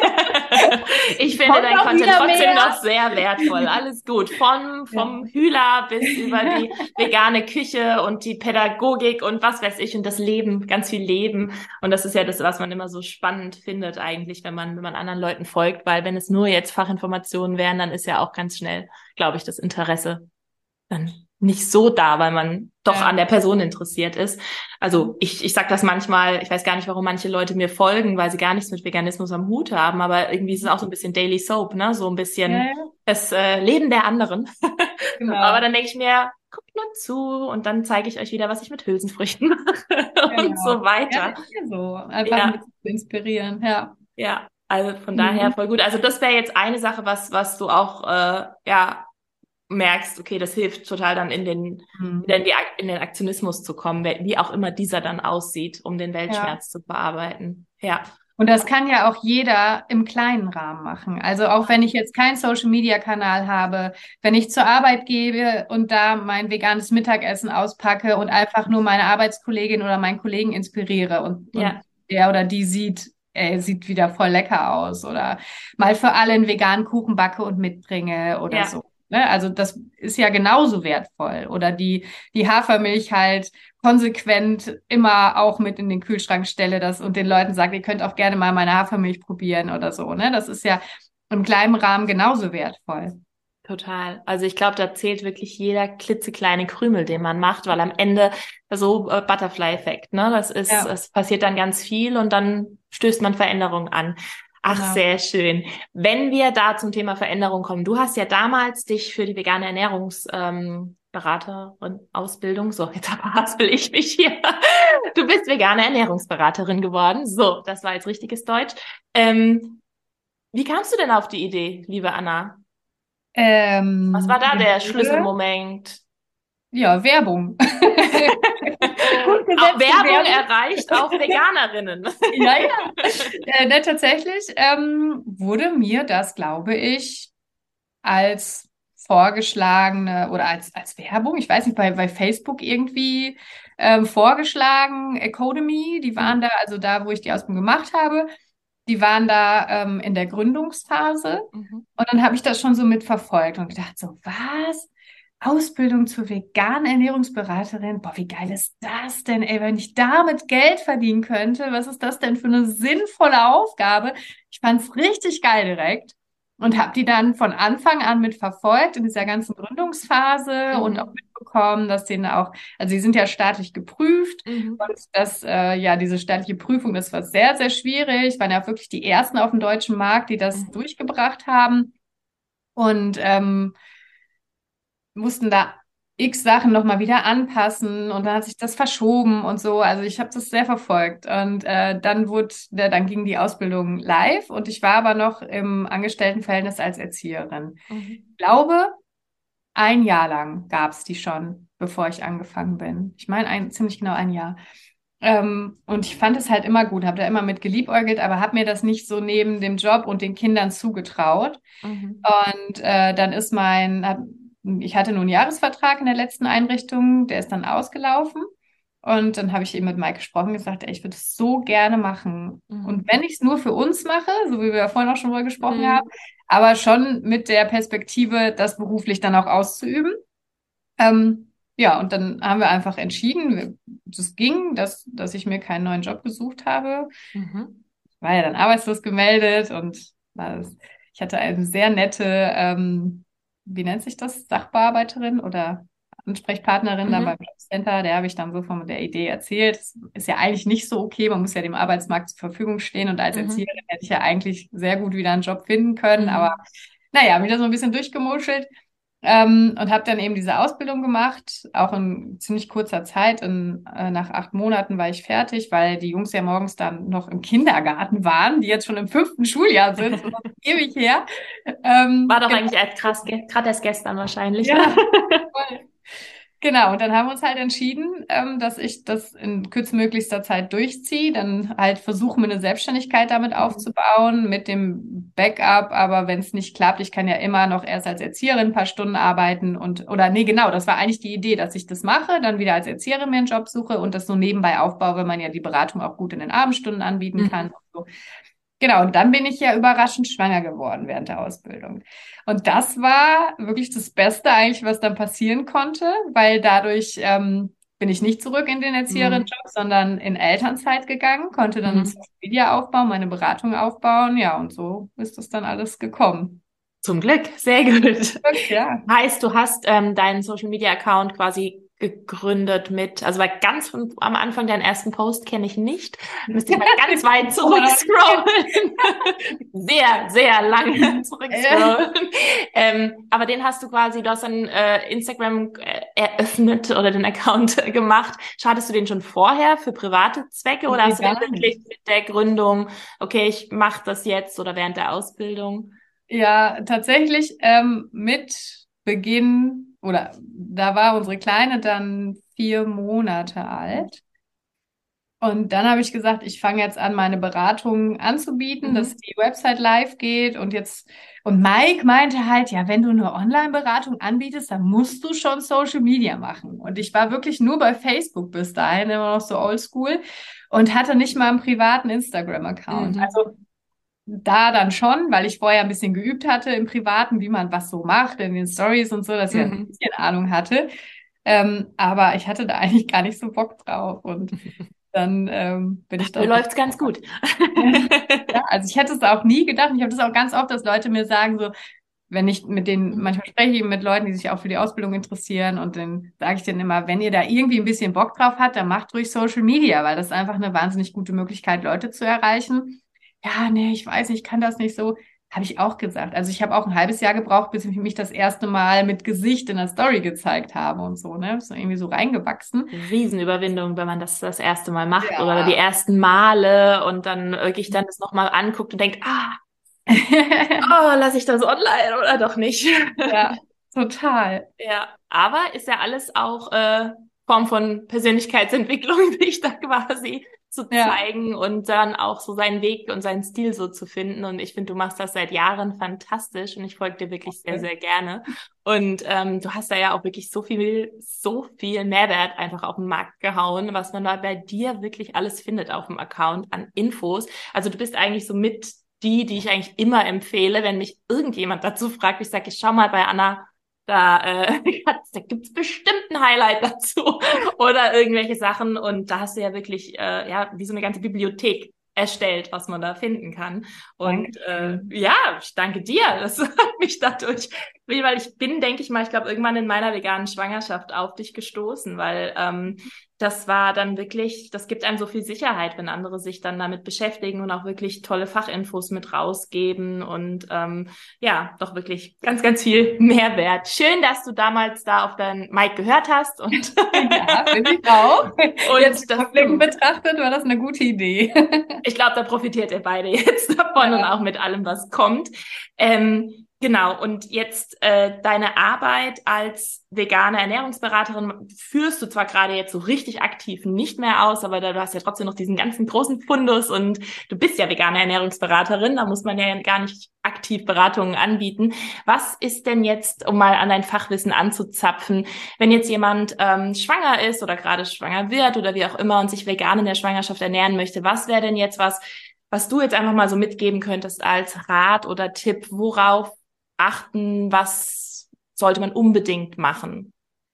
Ich finde Kommt dein auch Content wieder trotzdem mehr. noch sehr wertvoll. Alles gut. Vom, vom Ja. Hühler bis über die vegane Küche und die Pädagogik und was weiß ich und das Leben, ganz viel Leben. Und das ist ja das, was man immer so spannend findet eigentlich, wenn man, wenn man anderen Leuten folgt, weil wenn es nur jetzt Fachinformationen wären, dann ist ja auch ganz schnell, glaube ich, das Interesse dann nicht so da, weil man doch Ja. an der Person interessiert ist. Also ich, ich sage das manchmal, ich weiß gar nicht, warum manche Leute mir folgen, weil sie gar nichts mit Veganismus am Hut haben, aber irgendwie ist es auch so ein bisschen Daily Soap, ne? So ein Ja, bisschen ja, das äh, Leben der anderen. Aber genau. dann denke ich mir, guckt nur zu und dann zeige ich euch wieder, was ich mit Hülsenfrüchten mache und Genau. so Ja, weiter. ist ja so. Einfach ein Ja, bisschen zu inspirieren. Ja. ja. Also von daher Mhm. voll gut. Also das wäre jetzt eine Sache, was, was du auch, äh, ja, merkst, okay, das hilft total dann in den, wieder Mhm. in, die, Ak- in den Aktionismus zu kommen, wer- wie auch immer dieser dann aussieht, um den Ja. Weltschmerz zu bearbeiten. Ja. Und das kann ja auch jeder im kleinen Rahmen machen. Also auch wenn ich jetzt keinen Social-Media-Kanal habe, wenn ich zur Arbeit gehe und da mein veganes Mittagessen auspacke und einfach nur meine Arbeitskollegin oder meinen Kollegen inspiriere und, und Ja, der oder die sieht, ey, sieht wieder voll lecker aus oder mal für alle einen veganen Kuchen backe und mitbringe oder ja, so. Ne? Also das ist ja genauso wertvoll. Oder die, die Hafermilch halt konsequent immer auch mit in den Kühlschrank stelle das und den Leuten sage, ihr könnt auch gerne mal meine Hafermilch probieren oder so. Ne? Das ist ja im kleinen Rahmen genauso wertvoll. total. Also ich glaube, da zählt wirklich jeder klitzekleine Krümel, den man macht, weil am Ende so äh, Butterfly-Effekt, ne? Das ist, Ja, es passiert dann ganz viel und dann stößt man Veränderungen an. Ach, genau. sehr schön. Wenn wir da zum Thema Veränderung kommen, du hast ja damals dich für die vegane Ernährungs, ähm, Beraterin Ausbildung, so, jetzt verhaspel ich mich hier. Du bist vegane Ernährungsberaterin geworden. So, das war jetzt richtiges Deutsch. Ähm, wie kamst du denn auf die Idee, liebe Anna? Was war Ähm, da ja, der Schlüsselmoment? ja, Werbung. Gut Auch gesetzte Werbung Werbung. erreicht auch Veganerinnen. Ja, ja. Äh, ne, tatsächlich ähm, wurde mir das, glaube ich, als vorgeschlagene oder als, als Werbung, ich weiß nicht, bei, bei Facebook irgendwie ähm, vorgeschlagen. Academy, die waren da, also da, wo ich die Ausbildung gemacht habe, die waren da ähm, in der Gründungsphase. Mhm. Und dann habe ich das schon so mitverfolgt und gedacht, so, was? Ausbildung zur veganen Ernährungsberaterin? Boah, wie geil ist das denn, ey, wenn ich damit Geld verdienen könnte, was ist das denn für eine sinnvolle Aufgabe? Ich fand es richtig geil direkt und habe die dann von Anfang an mit verfolgt in dieser ganzen Gründungsphase und auch Mhm. mitbekommen, dass denen auch, also sie sind ja staatlich geprüft Mhm. und das, äh, ja, diese staatliche Prüfung, das war sehr, sehr schwierig, waren ja auch wirklich die ersten auf dem deutschen Markt, die das Mhm. durchgebracht haben und ähm, mussten da x Sachen nochmal wieder anpassen und dann hat sich das verschoben und so. Also ich habe das sehr verfolgt und äh, dann wurde, äh, dann ging die Ausbildung live und ich war aber noch im Angestelltenverhältnis als Erzieherin. Mhm. Ich glaube, ein Jahr lang gab es die schon, bevor ich angefangen bin. Ich meine, ein, ziemlich genau ein Jahr. Ähm, und ich fand es halt immer gut, habe da immer mit geliebäugelt, aber habe mir das nicht so neben dem Job und den Kindern zugetraut. Mhm. Und äh, dann ist mein, hab, ich hatte nur einen Jahresvertrag in der letzten Einrichtung, der ist dann ausgelaufen. Und dann habe ich eben mit Mike gesprochen und gesagt, ey, ich würde es so gerne machen. Und Mhm. wenn ich es nur für uns mache, so wie wir ja vorhin auch schon mal gesprochen haben, Mhm. aber schon mit der Perspektive, das beruflich dann auch auszuüben. Ähm, ja, und dann haben wir einfach entschieden, das ging, dass, dass ich mir keinen neuen Job gesucht habe. Mhm. War ja dann arbeitslos gemeldet und das, ich hatte eine sehr nette, ähm, wie nennt sich das, Sachbearbeiterin oder Ansprechpartnerin da beim Mhm. Jobcenter, der habe ich dann so von der Idee erzählt. Das ist ja eigentlich nicht so okay, man muss ja dem Arbeitsmarkt zur Verfügung stehen und als Mhm. Erzieherin hätte ich ja eigentlich sehr gut wieder einen Job finden können, aber Mhm. naja, wieder so ein bisschen durchgemuschelt. Ähm, und habe dann eben diese Ausbildung gemacht, auch in ziemlich kurzer Zeit. In, äh, nach acht Monaten war ich fertig, weil die Jungs ja morgens dann noch im Kindergarten waren, die jetzt schon im fünften Schuljahr sind. Das ist ewig her. War Ähm, doch genau. eigentlich erst krass, gerade erst gestern wahrscheinlich, ne? Ja, voll. Genau, und dann haben wir uns halt entschieden, ähm, dass ich das in kürzestmöglichster Zeit durchziehe, dann halt versuche, mir eine Selbstständigkeit damit Mhm. aufzubauen, mit dem Backup, aber wenn es nicht klappt, ich kann ja immer noch erst als Erzieherin ein paar Stunden arbeiten und, oder nee, genau, das war eigentlich die Idee, dass ich das mache, dann wieder als Erzieherin mir einen Job suche und das so nebenbei aufbaue, weil man ja die Beratung auch gut in den Abendstunden anbieten kann Mhm. und so. Genau, und dann bin ich ja überraschend schwanger geworden während der Ausbildung. Und das war wirklich das Beste eigentlich, was dann passieren konnte, weil dadurch ähm, bin ich nicht zurück in den Mhm. Erzieherinnenjob, sondern in Elternzeit gegangen, konnte dann Mhm. Social Media aufbauen, meine Beratung aufbauen. Ja, und so ist das dann alles gekommen. Zum Glück, sehr gut. Ja. Heißt, du hast ähm, deinen Social Media Account quasi gegründet mit, also weil ganz von, am Anfang deinen ersten Post kenne ich nicht. Müsste ich mal ganz weit zurückscrollen. Sehr, sehr lange Äh, zurückscrollen. Ähm, aber den hast du quasi, du hast dann äh, Instagram äh, eröffnet oder den Account äh, gemacht. Schadest du den schon vorher für private Zwecke oder Nee, hast du den gar wirklich nicht. mit der Gründung, okay, ich mache das jetzt oder während der Ausbildung? Ja, tatsächlich ähm, mit Beginn, oder da war unsere Kleine dann vier Monate alt. Und dann habe ich gesagt, ich fange jetzt an, meine Beratungen anzubieten, dass Mhm. die Website live geht. Und jetzt, und Mike meinte halt, ja, wenn du eine Online-Beratung anbietest, dann musst du schon Social Media machen. Und ich war wirklich nur bei Facebook bis dahin, immer noch so oldschool und hatte nicht mal einen privaten Instagram-Account. Mhm. Also da dann schon, weil ich vorher ein bisschen geübt hatte im Privaten, wie man was so macht, in den Stories und so, dass ich ein Mhm. bisschen Ahnung hatte. Ähm, aber ich hatte da eigentlich gar nicht so Bock drauf. Und dann ähm, bin ich So da. läuft's ganz gut. Ja, also ich hätte es auch nie gedacht. Ich habe das auch ganz oft, dass Leute mir sagen, so, wenn ich mit denen, manchmal spreche ich mit Leuten, die sich auch für die Ausbildung interessieren und dann sage ich denen immer, wenn ihr da irgendwie ein bisschen Bock drauf habt, dann macht ruhig Social Media, weil das ist einfach eine wahnsinnig gute Möglichkeit, Leute zu erreichen. Ja, nee, ich weiß nicht, ich kann das nicht so. Habe ich auch gesagt. Also ich habe auch ein halbes Jahr gebraucht, bis ich mich das erste Mal mit Gesicht in der Story gezeigt habe und so, ne? Ist irgendwie so reingewachsen. Riesenüberwindung, wenn man das das erste Mal macht oder die Ja. ersten Male und dann wirklich dann das nochmal anguckt und denkt, ah, oh, lasse ich das online oder doch nicht? Ja, total. Ja, aber ist ja alles auch äh, Form von Persönlichkeitsentwicklung, sich da quasi zu Ja. zeigen und dann auch so seinen Weg und seinen Stil so zu finden. Und ich finde, du machst das seit Jahren fantastisch und ich folge dir wirklich sehr, sehr gerne. Und ähm, du hast da ja auch wirklich so viel, so viel Mehrwert einfach auf den Markt gehauen, was man da bei dir wirklich alles findet auf dem Account an Infos. Also du bist eigentlich so mit die, die ich eigentlich immer empfehle, wenn mich irgendjemand dazu fragt. Ich sage, ich schau mal bei Anna. Da, äh, da gibt's bestimmt ein Highlight dazu oder irgendwelche Sachen. Und da hast du ja wirklich, äh, ja, wie so eine ganze Bibliothek erstellt, was man da finden kann. Und äh, Dankeschön. ja, ich danke dir. Das hat mich dadurch, weil ich bin, denke ich mal, ich glaube, irgendwann in meiner veganen Schwangerschaft auf dich gestoßen, weil ähm, das war dann wirklich, das gibt einem so viel Sicherheit, wenn andere sich dann damit beschäftigen und auch wirklich tolle Fachinfos mit rausgeben und ähm, ja, doch wirklich ganz, ganz viel Mehrwert. Schön, dass du damals da auf deinen Mike gehört hast und, Ja, finde ich auch. Jetzt und dass rückblickend du, betrachtet war das eine gute Idee. ich glaube, da profitiert ihr beide jetzt davon und Ja. auch mit allem, was kommt. Ähm, genau, und jetzt äh, deine Arbeit als vegane Ernährungsberaterin führst du zwar gerade jetzt so richtig aktiv nicht mehr aus, aber da, du hast ja trotzdem noch diesen ganzen großen Fundus und du bist ja vegane Ernährungsberaterin, da muss man ja gar nicht aktiv Beratungen anbieten. Was ist denn jetzt, um mal an dein Fachwissen anzuzapfen, wenn jetzt jemand ähm, schwanger ist oder gerade schwanger wird oder wie auch immer und sich vegan in der Schwangerschaft ernähren möchte, was wäre denn jetzt was, was du jetzt einfach mal so mitgeben könntest als Rat oder Tipp, worauf achten, was sollte man unbedingt machen?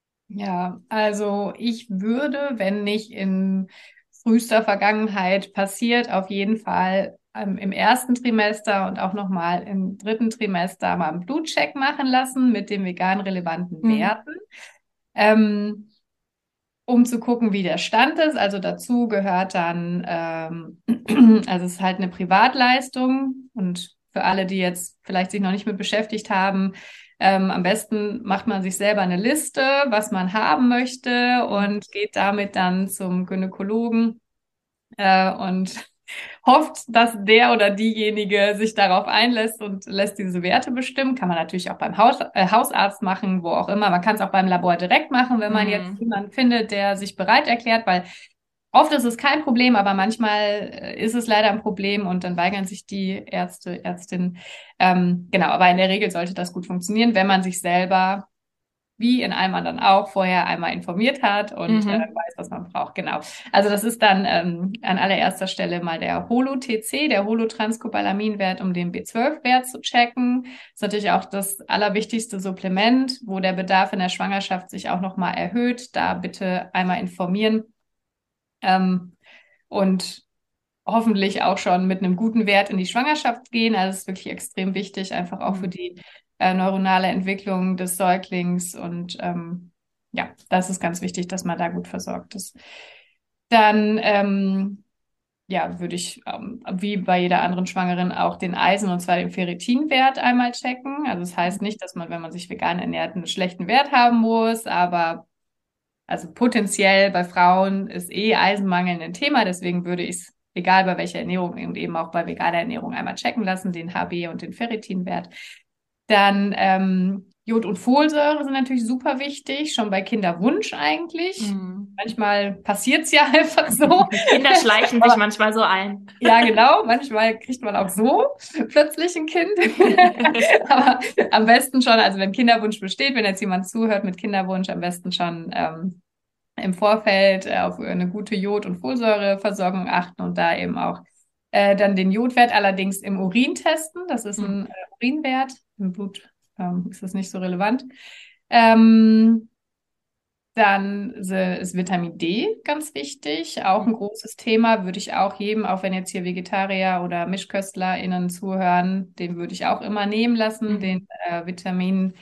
Ja, also ich würde, wenn nicht in frühester Vergangenheit passiert, auf jeden Fall ähm, im ersten Trimester und auch nochmal im dritten Trimester mal einen Blutcheck machen lassen mit den vegan relevanten Hm. Werten. Ähm, um zu gucken, wie der Stand ist. Also dazu gehört dann, ähm, also es ist halt eine Privatleistung und für alle, die jetzt vielleicht sich noch nicht mit beschäftigt haben, Ähm, am besten macht man sich selber eine Liste, was man haben möchte und geht damit dann zum Gynäkologen äh, und hofft, dass der oder diejenige sich darauf einlässt und lässt diese Werte bestimmen. Kann man natürlich auch beim Haus, äh, Hausarzt machen, wo auch immer. Man kann es auch beim Labor direkt machen, wenn man jetzt Mhm. jemanden findet, der sich bereit erklärt, weil oft ist es kein Problem, aber manchmal äh, ist es leider ein Problem und dann weigern sich die Ärzte, Ärztinnen. Ähm, genau, aber in der Regel sollte das gut funktionieren, wenn man sich selber wie in allem anderen auch, vorher einmal informiert hat und äh, Mhm. weiß, was man braucht. Genau. Also das ist dann ähm, an allererster Stelle mal der Holo-T C, der Holotranscobalamin-Wert, um den B zwölf Wert zu checken. Das ist natürlich auch das allerwichtigste Supplement, wo der Bedarf in der Schwangerschaft sich auch nochmal erhöht. Da bitte einmal informieren. Ähm, und hoffentlich auch schon mit einem guten Wert in die Schwangerschaft gehen. Also es ist wirklich extrem wichtig, einfach auch für Mhm. die äh, neuronale Entwicklung des Säuglings. Und ähm, ja, das ist ganz wichtig, dass man da gut versorgt ist. Dann ähm, ja, würde ich ähm, wie bei jeder anderen Schwangeren auch den Eisen- und zwar den Ferritinwert einmal checken. Also das heißt nicht, dass man, wenn man sich vegan ernährt, einen schlechten Wert haben muss, aber also potenziell bei Frauen ist eh Eisenmangel ein Thema, deswegen würde ich es, egal bei welcher Ernährung und eben auch bei veganer Ernährung, einmal checken lassen, den H B und den Ferritinwert. Dann ähm, Jod und Folsäure sind natürlich super wichtig, schon bei Kinderwunsch eigentlich. Mhm. Manchmal passiert es ja einfach so. Kinder schleichen sich Aber manchmal so ein. ja, genau, manchmal kriegt man auch so plötzlich ein Kind. Aber am besten schon, also wenn Kinderwunsch besteht, wenn jetzt jemand zuhört mit Kinderwunsch, am besten schon ähm, im Vorfeld äh, auf eine gute Jod- und Folsäureversorgung achten und da eben auch äh, dann den Jodwert allerdings im Urin testen. Das ist Mhm. ein äh, Urinwert. Im Blut ähm, ist das nicht so relevant. Ähm, dann ist Vitamin D ganz wichtig, auch ein großes Thema, würde ich auch jedem, auch wenn jetzt hier Vegetarier oder MischköstlerInnen zuhören, den würde ich auch immer nehmen lassen, Mhm. den äh, Vitamin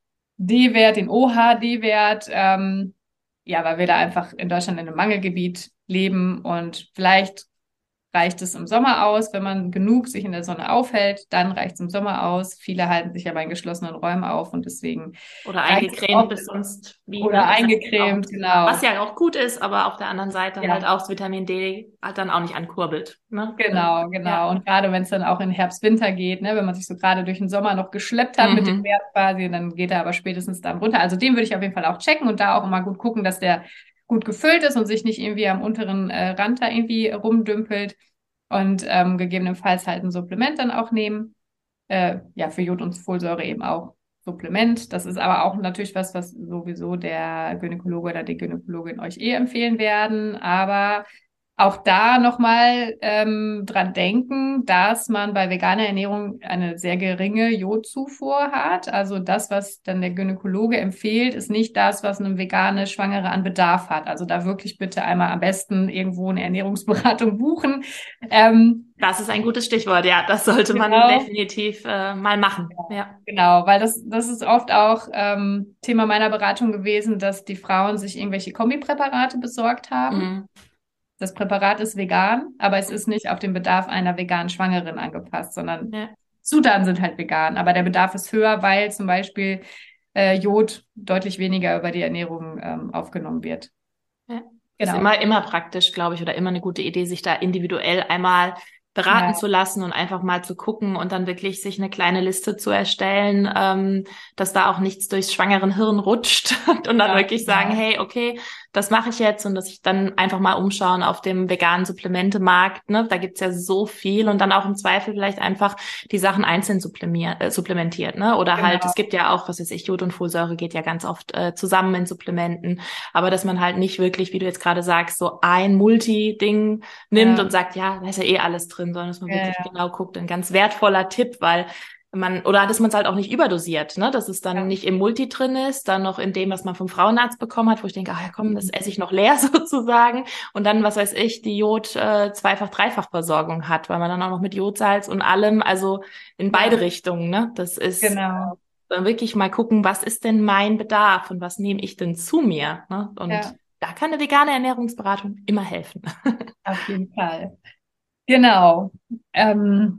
D-Wert, den O H D-Wert, ähm, ja, weil wir da einfach in Deutschland in einem Mangelgebiet leben und vielleicht reicht es im Sommer aus, wenn man genug sich in der Sonne aufhält, dann reicht es im Sommer aus. Viele halten sich aber in geschlossenen Räumen auf und deswegen Oder reicht es eingecremt oft bis sonst wie, oder ne? Das heißt auch, eingecremt, was genau. ja auch gut ist, aber auf der anderen Seite halt Ja, auch das Vitamin D halt dann auch nicht ankurbelt, ne? Das, genau, genau. ja. Und gerade wenn es dann auch in Herbst, Winter geht, ne, wenn man sich so gerade durch den Sommer noch geschleppt hat mit dem Mhm. Wert quasi, dann geht er aber spätestens dann runter. Also den würde ich auf jeden Fall auch checken und da auch immer gut gucken, dass der gut gefüllt ist und sich nicht irgendwie am unteren äh, Rand da irgendwie rumdümpelt und ähm, gegebenenfalls halt ein Supplement dann auch nehmen. Äh, ja, für Jod und Folsäure eben auch Supplement. Das ist aber auch natürlich was, was sowieso der Gynäkologe oder die Gynäkologin euch eh empfehlen werden. Aber auch da nochmal ähm, dran denken, dass man bei veganer Ernährung eine sehr geringe Jodzufuhr hat. Also das, was dann der Gynäkologe empfiehlt, ist nicht das, was eine vegane Schwangere an Bedarf hat. Also da wirklich bitte einmal am besten irgendwo eine Ernährungsberatung buchen. Ähm, Das ist ein gutes Stichwort, ja. Das sollte man genau. definitiv äh, mal machen. Ja. Genau, weil das, das ist oft auch ähm, Thema meiner Beratung gewesen, dass die Frauen sich irgendwelche Kombipräparate besorgt haben. Mhm. Das Präparat ist vegan, aber es ist nicht auf den Bedarf einer veganen Schwangeren angepasst, sondern Ja. Zutaten sind halt vegan, aber der Bedarf ist höher, weil zum Beispiel äh, Jod deutlich weniger über die Ernährung ähm, aufgenommen wird. Ja. Ist Genau. immer, immer praktisch, glaube ich, oder immer eine gute Idee, sich da individuell einmal beraten Ja, zu lassen und einfach mal zu gucken und dann wirklich sich eine kleine Liste zu erstellen, ähm, dass da auch nichts durchs schwangeren Hirn rutscht und dann ja, wirklich sagen, genau. hey, okay, das mache ich jetzt und dass ich dann einfach mal umschauen auf dem veganen Supplementemarkt, ne? Da gibt's ja so viel und dann auch im Zweifel vielleicht einfach die Sachen einzeln supplementiert, äh, supplementiert, ne? Oder halt, es Genau. gibt ja auch, was weiß ich, Jod und Folsäure geht ja ganz oft äh, zusammen in Supplementen, aber dass man halt nicht wirklich, wie du jetzt gerade sagst, so ein Multi-Ding nimmt Ja, und sagt, ja, da ist ja eh alles drin, sondern dass man ja, wirklich ja, genau guckt. Ein ganz wertvoller Tipp, weil man, oder dass man es halt auch nicht überdosiert, ne? Dass es dann ja. nicht im Multi drin ist, dann noch in dem, was man vom Frauenarzt bekommen hat, wo ich denke, ach ja komm, das esse ich noch leer sozusagen. Und dann, was weiß ich, die Jod äh, zweifach, dreifach Versorgung hat, weil man dann auch noch mit Jodsalz und allem, also in beide Ja, Richtungen, ne? Das ist genau. dann wirklich mal gucken, was ist denn mein Bedarf und was nehme ich denn zu mir, ne? Und Ja, da kann eine vegane Ernährungsberatung immer helfen. auf jeden Fall. Genau. Ähm,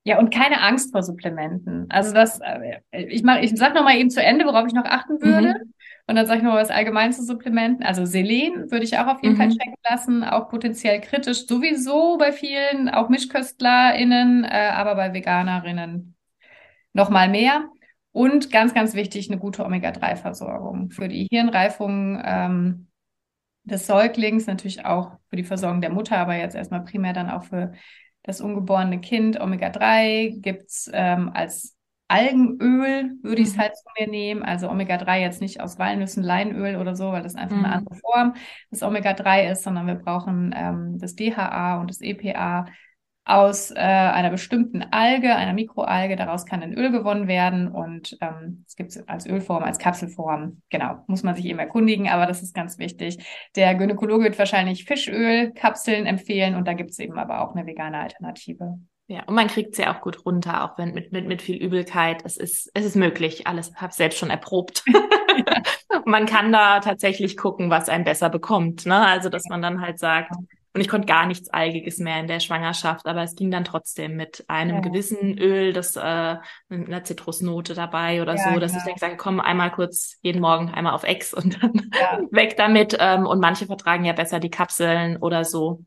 Ja, und keine Angst vor Supplementen. Also das, äh, ich mach, ich sag noch mal eben zu Ende, worauf ich noch achten würde. Mhm. Und dann sage ich noch mal was allgemein zu Supplementen. Also Selen würde ich auch auf jeden Fall Mhm. checken lassen, auch potenziell kritisch, sowieso bei vielen, auch MischköstlerInnen, äh, aber bei Veganerinnen noch mal mehr. Und ganz, ganz wichtig, eine gute Omega drei Versorgung für die Hirnreifung ähm, des Säuglings, natürlich auch für die Versorgung der Mutter, aber jetzt erstmal primär dann auch für das ungeborene Kind. Omega drei gibt's ähm, als Algenöl, würde ich es Mhm. halt zu mir nehmen. Also Omega drei jetzt nicht aus Walnüssen, Leinöl oder so, weil das einfach eine Mhm. andere Form des Omega drei ist, sondern wir brauchen ähm, das D H A und das E P A aus äh, einer bestimmten Alge, einer Mikroalge. Daraus kann ein Öl gewonnen werden und ähm, es gibt es als Ölform, als Kapselform. Genau, muss man sich eben erkundigen, aber das ist ganz wichtig. Der Gynäkologe wird wahrscheinlich Fischölkapseln empfehlen und da gibt es eben aber auch eine vegane Alternative. Ja, und man kriegt es ja auch gut runter, auch wenn mit, mit, mit viel Übelkeit. Es ist, es ist möglich. Alles habe ich selbst schon erprobt. Ja, Man kann da tatsächlich gucken, was einen besser bekommt, ne? Also, dass man dann halt sagt, und ich konnte gar nichts Algiges mehr in der Schwangerschaft, aber es ging dann trotzdem mit einem ja, gewissen Öl, das äh, mit einer Zitrusnote dabei oder ja, so, dass ich dann genau. gesagt habe, komm, einmal kurz jeden Morgen einmal auf Ex und dann Ja, weg damit. Ähm, und manche vertragen ja besser die Kapseln oder so.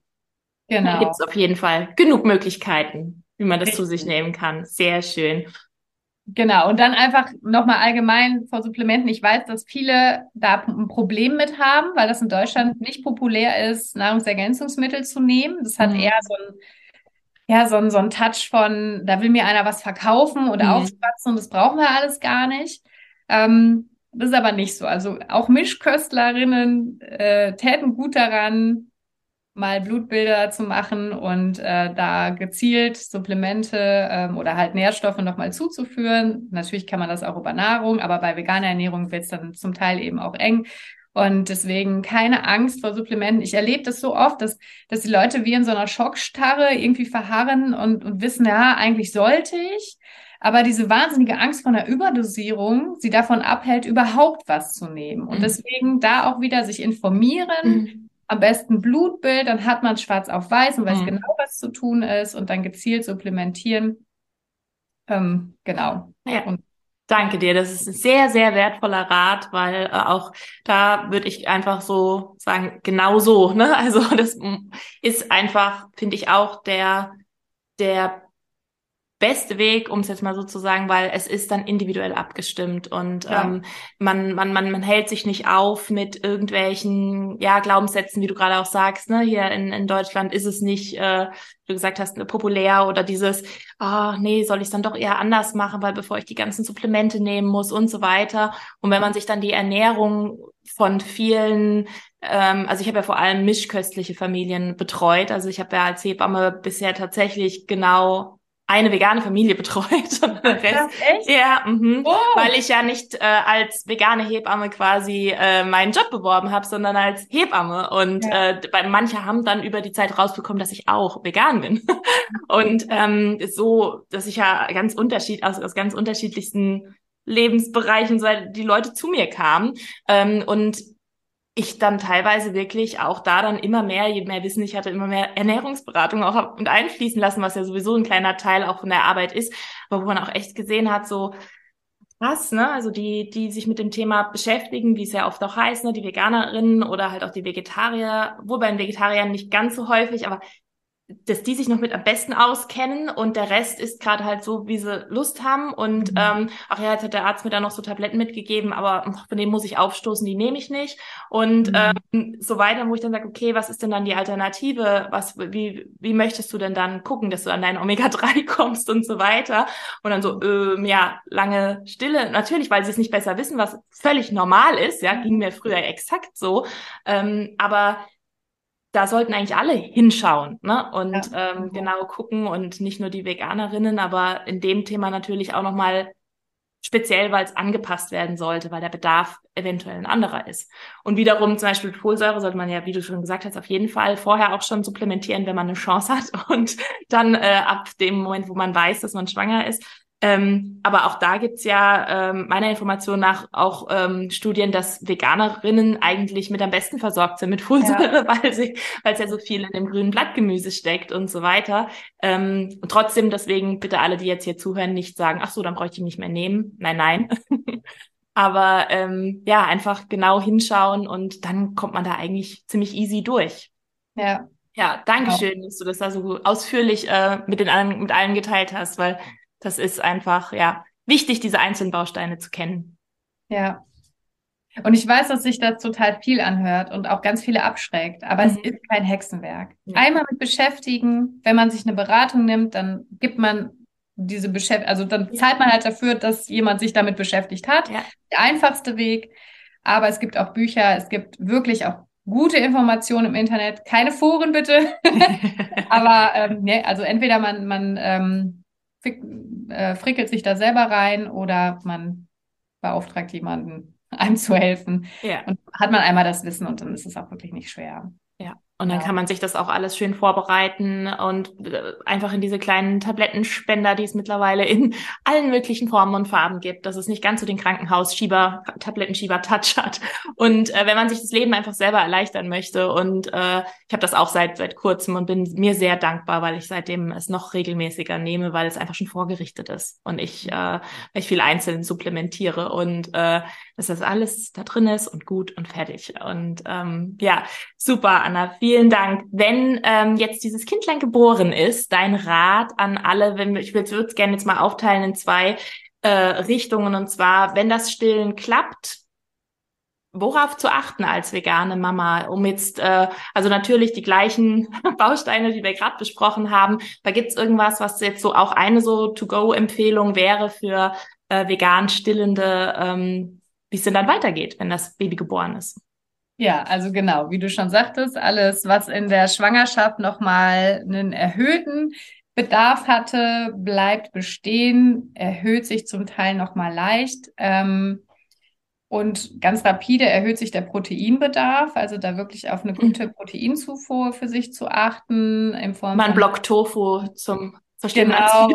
Da gibt genau. es auf jeden Fall genug Möglichkeiten, wie man das zu sich Richtig. nehmen kann. Sehr schön. Genau, und dann einfach nochmal allgemein vor Supplementen. Ich weiß, dass viele da ein Problem mit haben, weil das in Deutschland nicht populär ist, Nahrungsergänzungsmittel zu nehmen. Das hat eher Mhm. so ein, ja, so ein, so ein Touch von, da will mir einer was verkaufen oder Mhm. aufschwatzen und das brauchen wir alles gar nicht. Ähm, das ist aber nicht so. Also auch Mischköstlerinnen äh, täten gut daran, mal Blutbilder zu machen und äh, da gezielt Supplemente ähm, oder halt Nährstoffe nochmal zuzuführen. Natürlich kann man das auch über Nahrung, aber bei veganer Ernährung wird es dann zum Teil eben auch eng. Und deswegen keine Angst vor Supplementen. Ich erlebe das so oft, dass, dass die Leute wie in so einer Schockstarre irgendwie verharren und, und wissen, ja, eigentlich sollte ich. Aber diese wahnsinnige Angst vor einer Überdosierung sie davon abhält, überhaupt was zu nehmen. Und Mhm. deswegen da auch wieder sich informieren, Mhm. am besten Blutbild, dann hat man schwarz auf weiß und weiß Mhm. genau, was zu tun ist und dann gezielt supplementieren. Ähm, genau. Ja, Und danke dir. Das ist ein sehr, sehr wertvoller Rat, weil äh, auch da würde ich einfach so sagen, genau so, ne? Also das mm, ist einfach, finde ich auch der, der beste Weg, um es jetzt mal so zu sagen, weil es ist dann individuell abgestimmt und ja, ähm, man, man, man, man hält sich nicht auf mit irgendwelchen, ja, Glaubenssätzen, wie du gerade auch sagst, ne? Hier in, in Deutschland ist es nicht, äh, wie du gesagt hast, populär oder dieses, ah, nee, soll ich es dann doch eher anders machen, weil bevor ich die ganzen Supplemente nehmen muss und so weiter. Und wenn man sich dann die Ernährung von vielen ähm, also ich habe ja vor allem mischköstliche Familien betreut. Also ich habe ja als Hebamme bisher tatsächlich genau eine vegane Familie betreut und der Rest, krass, echt? ja, mhm, weil Oh, ich ja nicht äh, als vegane Hebamme quasi äh, meinen Job beworben habe, sondern als Hebamme. Und ja, äh, bei manche haben dann über die Zeit rausbekommen, dass ich auch vegan bin. Und ähm, so, dass ich ja ganz unterschied aus, aus ganz unterschiedlichsten Lebensbereichen so die Leute zu mir kamen. Ähm, und ich dann teilweise wirklich auch da dann immer mehr, je mehr Wissen ich hatte, immer mehr Ernährungsberatung auch hab und einfließen lassen, was ja sowieso ein kleiner Teil auch von der Arbeit ist, aber wo man auch echt gesehen hat, so krass, ne? Also die, die sich mit dem Thema beschäftigen, wie es ja oft auch heißt, ne? Die Veganerinnen oder halt auch die Vegetarier, wo bei den Vegetariern nicht ganz so häufig, aber dass die sich noch mit am besten auskennen und der Rest ist gerade halt so, wie sie Lust haben. Und mhm. ähm, ach ja, jetzt hat der Arzt mir da noch so Tabletten mitgegeben, aber ach, von denen muss ich aufstoßen, die nehme ich nicht. Und Mhm. ähm, so weiter, wo ich dann sage, okay, was ist denn dann die Alternative? Was, wie, wie möchtest du denn dann gucken, dass du an dein Omega drei kommst und so weiter? Und dann so, ähm, ja, lange Stille. Natürlich, weil sie es nicht besser wissen, was völlig normal ist, ja, ging mir früher exakt so. Ähm, aber da sollten eigentlich alle hinschauen, ne? Und Ja, ähm, genau. genau gucken und nicht nur die Veganerinnen, aber in dem Thema natürlich auch nochmal speziell, weil es angepasst werden sollte, weil der Bedarf eventuell ein anderer ist. Und wiederum zum Beispiel Folsäure sollte man ja, wie du schon gesagt hast, auf jeden Fall vorher auch schon supplementieren, wenn man eine Chance hat und dann äh, ab dem Moment, wo man weiß, dass man schwanger ist. Ähm, aber auch da gibt's ja ähm, meiner Information nach auch ähm, Studien, dass Veganerinnen eigentlich mit am besten versorgt sind mit Folsäure, ja. weil sie, weil es ja so viel in dem grünen Blattgemüse steckt und so weiter. Ähm, und trotzdem deswegen bitte alle, die jetzt hier zuhören, nicht sagen, ach so, dann bräuchte ich nicht mehr nehmen. Nein, nein. Aber ähm, ja, einfach genau hinschauen und dann kommt man da eigentlich ziemlich easy durch. Ja. Ja, danke schön, dass du das da so ausführlich äh, mit den anderen, mit allen geteilt hast, weil das ist einfach, ja, wichtig, diese einzelnen Bausteine zu kennen. Ja. Und ich weiß, dass sich das total viel anhört und auch ganz viele abschreckt, aber mhm. es ist kein Hexenwerk. Ja. Einmal mit beschäftigen, wenn man sich eine Beratung nimmt, dann gibt man diese Beschäftigung, also dann ja. zahlt man halt dafür, dass jemand sich damit beschäftigt hat. Ja. Der einfachste Weg. Aber es gibt auch Bücher, es gibt wirklich auch gute Informationen im Internet. Keine Foren bitte. Aber ähm, ne, also entweder man, man ähm, frick, äh, frickelt sich da selber rein oder man beauftragt jemanden, einem zu helfen. Ja. Und hat man einmal das Wissen und dann ist es auch wirklich nicht schwer. Ja. Und dann ja. kann man sich das auch alles schön vorbereiten und einfach in diese kleinen Tablettenspender, die es mittlerweile in allen möglichen Formen und Farben gibt, dass es nicht ganz so den Krankenhausschieber, Tablettenschieber-Touch hat. Und äh, wenn man sich das Leben einfach selber erleichtern möchte und äh, ich habe das auch seit seit kurzem und bin mir sehr dankbar, weil ich seitdem es noch regelmäßiger nehme, weil es einfach schon vorgerichtet ist und ich äh, weil ich viel einzeln supplementiere und äh, dass das alles da drin ist und gut und fertig. Und ähm, ja, super, Anna. Vielen Dank. Wenn ähm, jetzt dieses Kindlein geboren ist, dein Rat an alle, wenn ich würde es gerne jetzt mal aufteilen in zwei äh, Richtungen, und zwar, wenn das Stillen klappt, worauf zu achten als vegane Mama, um jetzt, äh, also natürlich die gleichen Bausteine, die wir gerade besprochen haben, da gibt's irgendwas, was jetzt so auch eine so To-Go-Empfehlung wäre für äh, vegan Stillende, ähm, wie es denn dann weitergeht, wenn das Baby geboren ist? Ja, also genau, wie du schon sagtest, alles, was in der Schwangerschaft nochmal einen erhöhten Bedarf hatte, bleibt bestehen, erhöht sich zum Teil nochmal leicht. Ähm, und ganz rapide erhöht sich der Proteinbedarf, also da wirklich auf eine gute Proteinzufuhr für sich zu achten. In Form Mal ein Block Tofu zum Verstehen. Genau.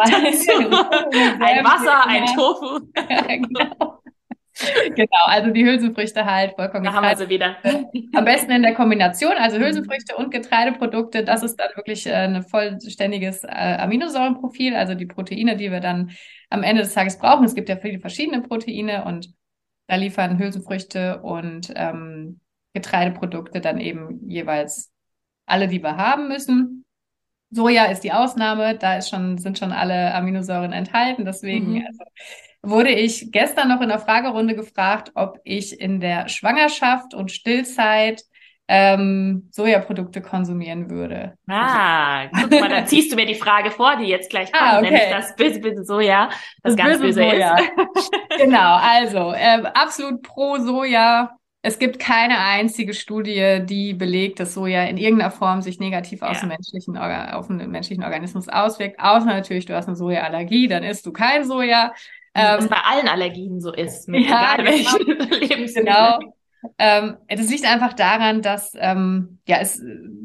Ein Wasser, ein Tofu. Ja, genau. Genau, also die Hülsenfrüchte halt, vollkommen Da haben wir sie wieder. Am besten in der Kombination, also Hülsenfrüchte und Getreideprodukte, das ist dann wirklich äh, ein vollständiges äh, Aminosäurenprofil, also die Proteine, die wir dann am Ende des Tages brauchen. Es gibt ja viele verschiedene Proteine und da liefern Hülsenfrüchte und ähm, Getreideprodukte dann eben jeweils alle, die wir haben müssen. Soja ist die Ausnahme, da ist schon, sind schon alle Aminosäuren enthalten, deswegen mhm. also, wurde ich gestern noch in der Fragerunde gefragt, ob ich in der Schwangerschaft und Stillzeit ähm, Sojaprodukte konsumieren würde. Ah, guck mal, dann ziehst du mir die Frage vor, die jetzt gleich kommt, ah, okay. nämlich das böse, böse Soja, das, das ganz böse, böse Soja. ist. Genau, also äh, absolut pro Soja. Es gibt keine einzige Studie, die belegt, dass Soja in irgendeiner Form sich negativ ja. auf, den menschlichen, auf den menschlichen Organismus auswirkt. Außer natürlich, du hast eine Sojaallergie, dann isst du kein Soja. Was ähm, bei allen Allergien so ist, mit ja, egal welchen genau. Lebensmitteln. Genau. Ähm, das liegt einfach daran, dass ähm, ja es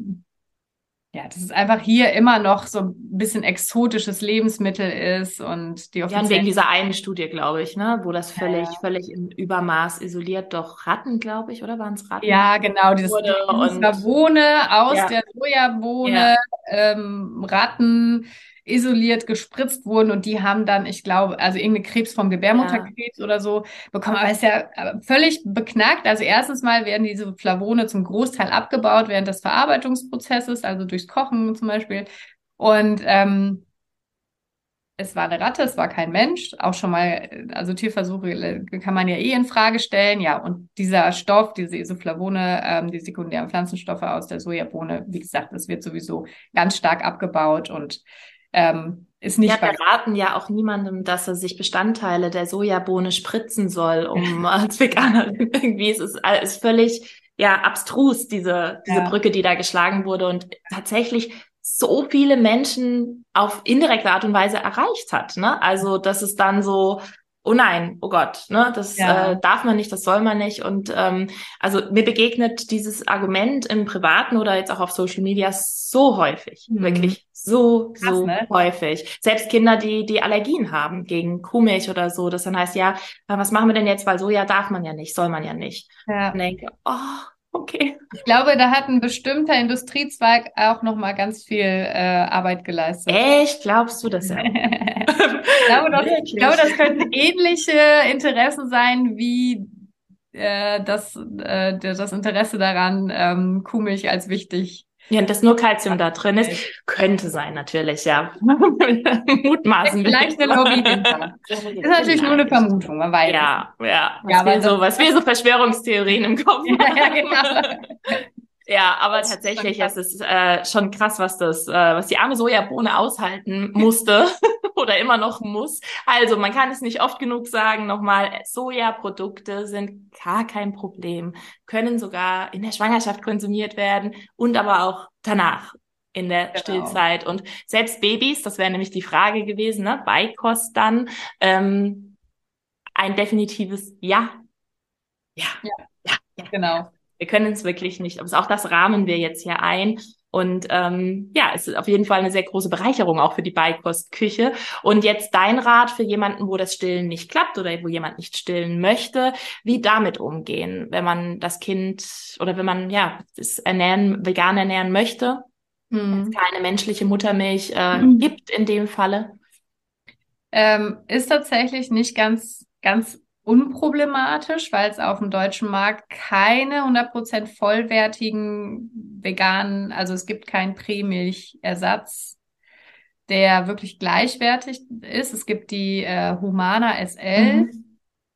ja, das ist einfach hier immer noch so ein bisschen exotisches Lebensmittel ist und die offiziellen... Ja, und wegen dieser einen Studie, glaube ich, ne, wo das völlig, ja. völlig im Übermaß isoliert, doch Ratten, glaube ich, oder waren es Ratten? Ja, genau, dieses, dieses Flavone aus ja. der Sojabohne, ja. ähm, Ratten isoliert gespritzt wurden und die haben dann, ich glaube, also irgendeine Krebsform, Gebärmutterkrebs ja. oder so bekommen. Aber es ist ja völlig beknackt. Also erstens mal werden diese Flavone zum Großteil abgebaut während des Verarbeitungsprozesses, also durchs Kochen zum Beispiel. Und ähm, es war eine Ratte, es war kein Mensch. Auch schon mal, also Tierversuche kann man ja eh in Frage stellen. Ja, und dieser Stoff, diese Isoflavone, ähm, die sekundären Pflanzenstoffe aus der Sojabohne, wie gesagt, das wird sowieso ganz stark abgebaut und Ähm, ist nicht. Ja, wir raten ja auch niemandem, dass er sich Bestandteile der Sojabohne spritzen soll, um als Veganer irgendwie, es ist, es ist völlig, ja, abstrus, diese, diese ja. Brücke, die da geschlagen wurde und tatsächlich so viele Menschen auf indirekte Art und Weise erreicht hat, ne? Also, dass es dann so, oh nein, oh Gott, ne, das Ja. äh, darf man nicht, das soll man nicht. Und ähm, also mir begegnet dieses Argument im Privaten oder jetzt auch auf Social Media so häufig, Hm. wirklich so, Krass, so ne? häufig. Selbst Kinder, die die Allergien haben gegen Kuhmilch oder so, das dann heißt, ja, was machen wir denn jetzt, weil Soja darf man ja nicht, soll man ja nicht. Und Ja. denke, oh, okay. Ich glaube, da hat ein bestimmter Industriezweig auch noch mal ganz viel äh, Arbeit geleistet. Echt, glaubst du das ja? Ich glaube, das, ich glaube, das Wirklich? könnten ähnliche Interessen sein wie äh, das, äh, der- das Interesse daran, ähm, Kuhmilch als wichtig. Ja, und dass nur Calcium da drin ist, könnte sein, natürlich, ja. Mutmaßen wir Vielleicht jetzt eine Lobby mal. hinter. Ist natürlich nur eine Vielleicht. Vermutung, man weiß es nicht. Ja, ja, Ja, was aber wir das, so, was wir so Verschwörungstheorien im Kopf ja, ja, haben. genau. Ja, aber Das ist schon tatsächlich, krass. es ist äh, schon krass, was das, äh, was die arme Sojabohne aushalten musste oder immer noch muss. Also, man kann es nicht oft genug sagen. Nochmal, Sojaprodukte sind gar kein Problem, können sogar in der Schwangerschaft konsumiert werden und aber auch danach in der Genau. Stillzeit. Und selbst Babys, das wäre nämlich die Frage gewesen, ne, Beikost dann, ähm, ein definitives Ja, ja, Ja, ja, ja, ja. genau. Wir können es wirklich nicht. Aber auch das rahmen wir jetzt hier ein. Und ähm, ja, es ist auf jeden Fall eine sehr große Bereicherung auch für die Beikostküche. Und jetzt dein Rat für jemanden, wo das Stillen nicht klappt oder wo jemand nicht stillen möchte, wie damit umgehen, wenn man das Kind oder wenn man ja es ernähren, vegan ernähren möchte, es Hm. keine menschliche Muttermilch äh, gibt in dem Falle. Ähm, ist tatsächlich nicht ganz, ganz unproblematisch, weil es auf dem deutschen Markt keine hundert Prozent vollwertigen veganen, also es gibt keinen Prämilchersatz, der wirklich gleichwertig ist. Es gibt die äh, Humana S L. Mhm.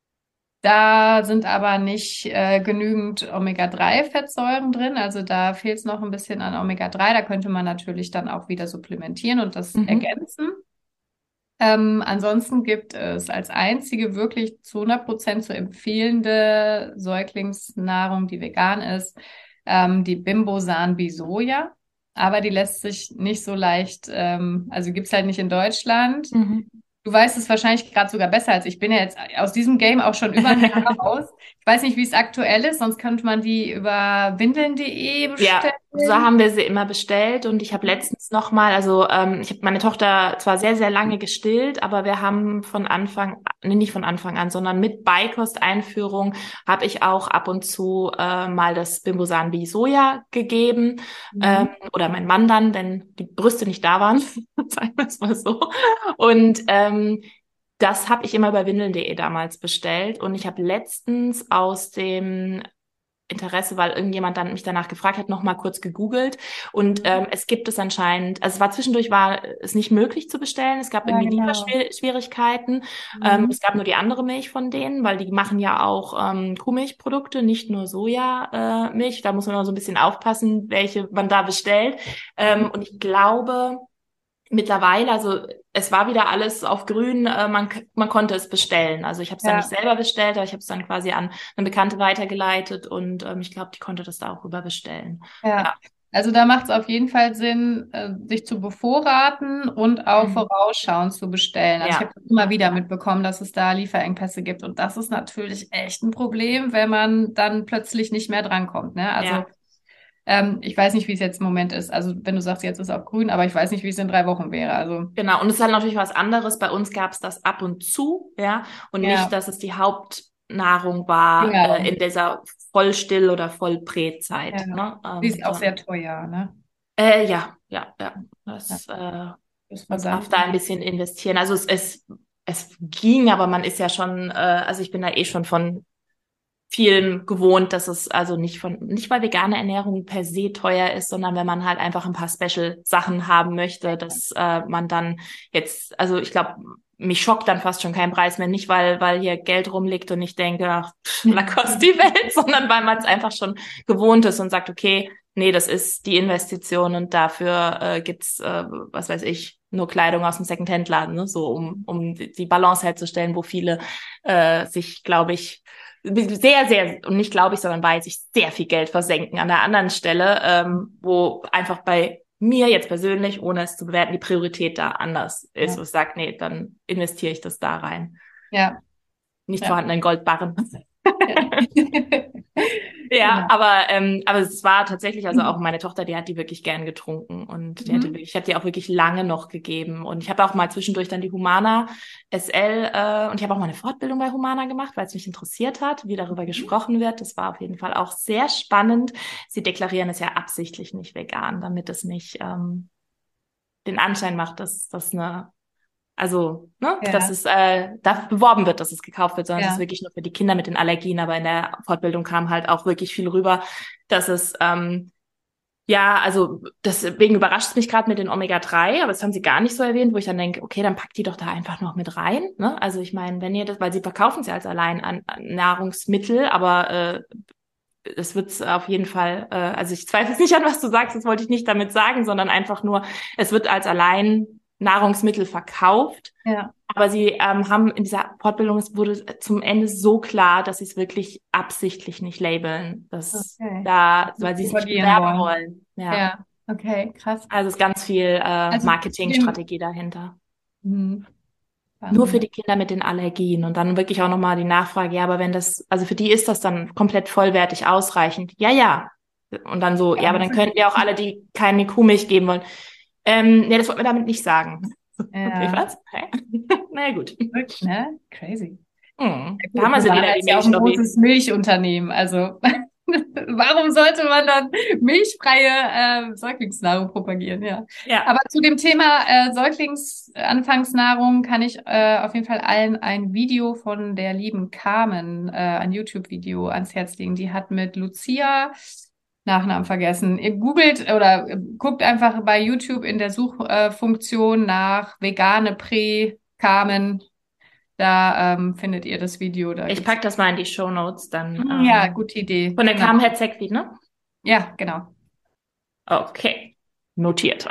Da sind aber nicht äh, genügend Omega drei Fettsäuren drin. Also da fehlt es noch ein bisschen an Omega drei. Da könnte man natürlich dann auch wieder supplementieren und das Mhm. ergänzen. Ähm, ansonsten gibt es als einzige wirklich zu hundert Prozent zu empfehlende Säuglingsnahrung, die vegan ist, ähm, die Bimbosan Bisoja. Aber die lässt sich nicht so leicht, ähm, also gibt's halt nicht in Deutschland. Mhm. Du weißt es wahrscheinlich gerade sogar besser als ich. Bin ja jetzt aus diesem Game auch schon über ein Jahr raus. Ich weiß nicht, wie es aktuell ist, sonst könnte man die über windeln punkt de Ja, so bestellen. haben wir sie immer bestellt und ich habe letztens noch mal, also ähm, ich habe meine Tochter zwar sehr, sehr lange gestillt, aber wir haben von Anfang, nee, nicht von Anfang an, sondern mit Beikosteinführung habe ich auch ab und zu äh, mal das Bimbosan Soja gegeben ähm, Mhm. oder mein Mann dann, denn die Brüste nicht da waren, sagen wir es mal so. Und ähm, das habe ich immer bei windeln punkt de damals bestellt und ich habe letztens aus dem Interesse, weil irgendjemand dann mich danach gefragt hat, noch mal kurz gegoogelt und Mhm. ähm, es gibt es anscheinend, also es war zwischendurch war es nicht möglich zu bestellen, es gab Ja, irgendwie genau. Lieferschwierigkeiten, ähm, Mhm. es gab nur die andere Milch von denen, weil die machen ja auch ähm, Kuhmilchprodukte, nicht nur Sojamilch, äh, Milch. Da muss man immer so ein bisschen aufpassen, welche man da bestellt ähm, Mhm. und ich glaube mittlerweile, also es war wieder alles auf grün, äh, man, man konnte es bestellen. Also ich habe es dann nicht Ja, selber bestellt, aber ich habe es dann quasi an eine Bekannte weitergeleitet und ähm, ich glaube, die konnte das da auch rüber bestellen. ja. Ja. Also da macht es auf jeden Fall Sinn, äh, sich zu bevorraten und auch Mhm. vorausschauend zu bestellen. Also ich Ja, habe immer wieder mitbekommen, dass es da Lieferengpässe gibt und das ist natürlich echt ein Problem, wenn man dann plötzlich nicht mehr drankommt, ne? Also ja, ähm, ich weiß nicht, wie es jetzt im Moment ist. Also wenn du sagst, jetzt ist auf grün, aber ich weiß nicht, wie es in drei Wochen wäre. Also genau. Und es ist halt natürlich was anderes. Bei uns gab es das ab und zu, ja, und nicht, ja, dass es die Hauptnahrung war äh, genau. in dieser Vollstill- oder Vollbrätzeit. Ja. Ne? Die Ähm, ist auch so. sehr teuer, ne? Äh, ja, ja, ja. Ja, Das äh, das man darf Versand. da ein bisschen investieren. Also es, es, es ging, aber man ist ja schon, äh, also ich bin da eh schon von vielen gewohnt, dass es also nicht von, nicht weil vegane Ernährung per se teuer ist, sondern wenn man halt einfach ein paar Special-Sachen haben möchte, dass äh, man dann jetzt, also ich glaube, mich schockt dann fast schon kein Preis mehr, nicht weil, weil hier Geld rumliegt und ich denke, ach, pff, Lacoste die Welt, sondern weil man es einfach schon gewohnt ist und sagt, okay, nee, das ist die Investition und dafür äh, gibt's, äh, was weiß ich, nur Kleidung aus dem Second-Hand-Laden, ne? So um, um die Balance herzustellen, wo viele äh, sich, glaube ich, sehr, sehr, und nicht glaube ich, sondern weiß ich, sehr viel Geld versenken an der anderen Stelle, ähm, wo einfach bei mir jetzt persönlich, ohne es zu bewerten, die Priorität da anders ist. Ja. Wo ich sage, nee, dann investiere ich das da rein. Ja. nicht Ja. vorhandenen Goldbarren. Ja. Ja, Genau. aber ähm, aber es war tatsächlich, also auch meine Tochter, die hat die wirklich gern getrunken und die hatte Mhm. wirklich, ich habe die auch wirklich lange noch gegeben und ich habe auch mal zwischendurch dann die Humana S L äh, und ich habe auch mal eine Fortbildung bei Humana gemacht, weil es mich interessiert hat, wie darüber gesprochen wird. Das war auf jeden Fall auch sehr spannend. Sie deklarieren es ja absichtlich nicht vegan, damit es nicht ähm, den Anschein macht, dass das eine also, ne, dass Ja, es äh, da beworben wird, dass es gekauft wird, sondern es ist ja. wirklich nur für die Kinder mit den Allergien. Aber in der Fortbildung kam halt auch wirklich viel rüber, dass es, ähm, ja, also deswegen überrascht es mich gerade mit den Omega drei, aber das haben sie gar nicht so erwähnt, wo ich dann denke, okay, dann packt die doch da einfach noch mit rein. Ne? Also ich meine, wenn ihr das, weil sie verkaufen es ja als allein an, an Nahrungsmittel, aber äh, es wird auf jeden Fall, äh, also ich zweifle nicht an, was du sagst, das wollte ich nicht damit sagen, sondern einfach nur, es wird als allein Nahrungsmittel verkauft. Ja. Aber sie ähm, haben in dieser Fortbildung, es wurde zum Ende so klar, dass sie es wirklich absichtlich nicht labeln, dass Okay. da, weil sie es nicht Propagieren bewerben wollen. wollen. Ja. Ja, okay, krass. Also es ist ganz viel äh, Also zu dem, Marketingstrategie dahinter. hm, Nur für Wahnsinn. die Kinder mit den Allergien und dann wirklich auch nochmal die Nachfrage, ja, aber wenn das, also für die ist das dann komplett vollwertig ausreichend. Ja, ja. Und dann so, ja, Ja, aber das dann können wir auch ist, alle, die keine Kuhmilch geben wollen. Ähm, nee, das wollten wir damit nicht sagen. Okay, ja, was? Okay. Na ja, gut. verrückt, ne? Crazy. Hm. Ja Da gut, haben wir sie wieder, Humana die ist ja auch ein Milchlobby. großes Milchunternehmen. Also warum sollte man dann milchfreie äh, Säuglingsnahrung propagieren? Ja. Ja. Aber zu dem Thema äh, Säuglingsanfangsnahrung kann ich äh, auf jeden Fall allen ein Video von der lieben Carmen, äh, ein YouTube-Video ans Herz legen. Die hat mit Lucia Nachnamen vergessen. Ihr googelt oder äh, guckt einfach bei YouTube in der Suchfunktion nach vegane Prä Carmen. Da ähm, findet ihr das Video. Da Ich gibt's. pack das mal in die Shownotes dann. Hm, ja, Ähm, gute Idee. von der Genau. Carmen Hetzek, ne? Ja, genau. Okay. Notiert.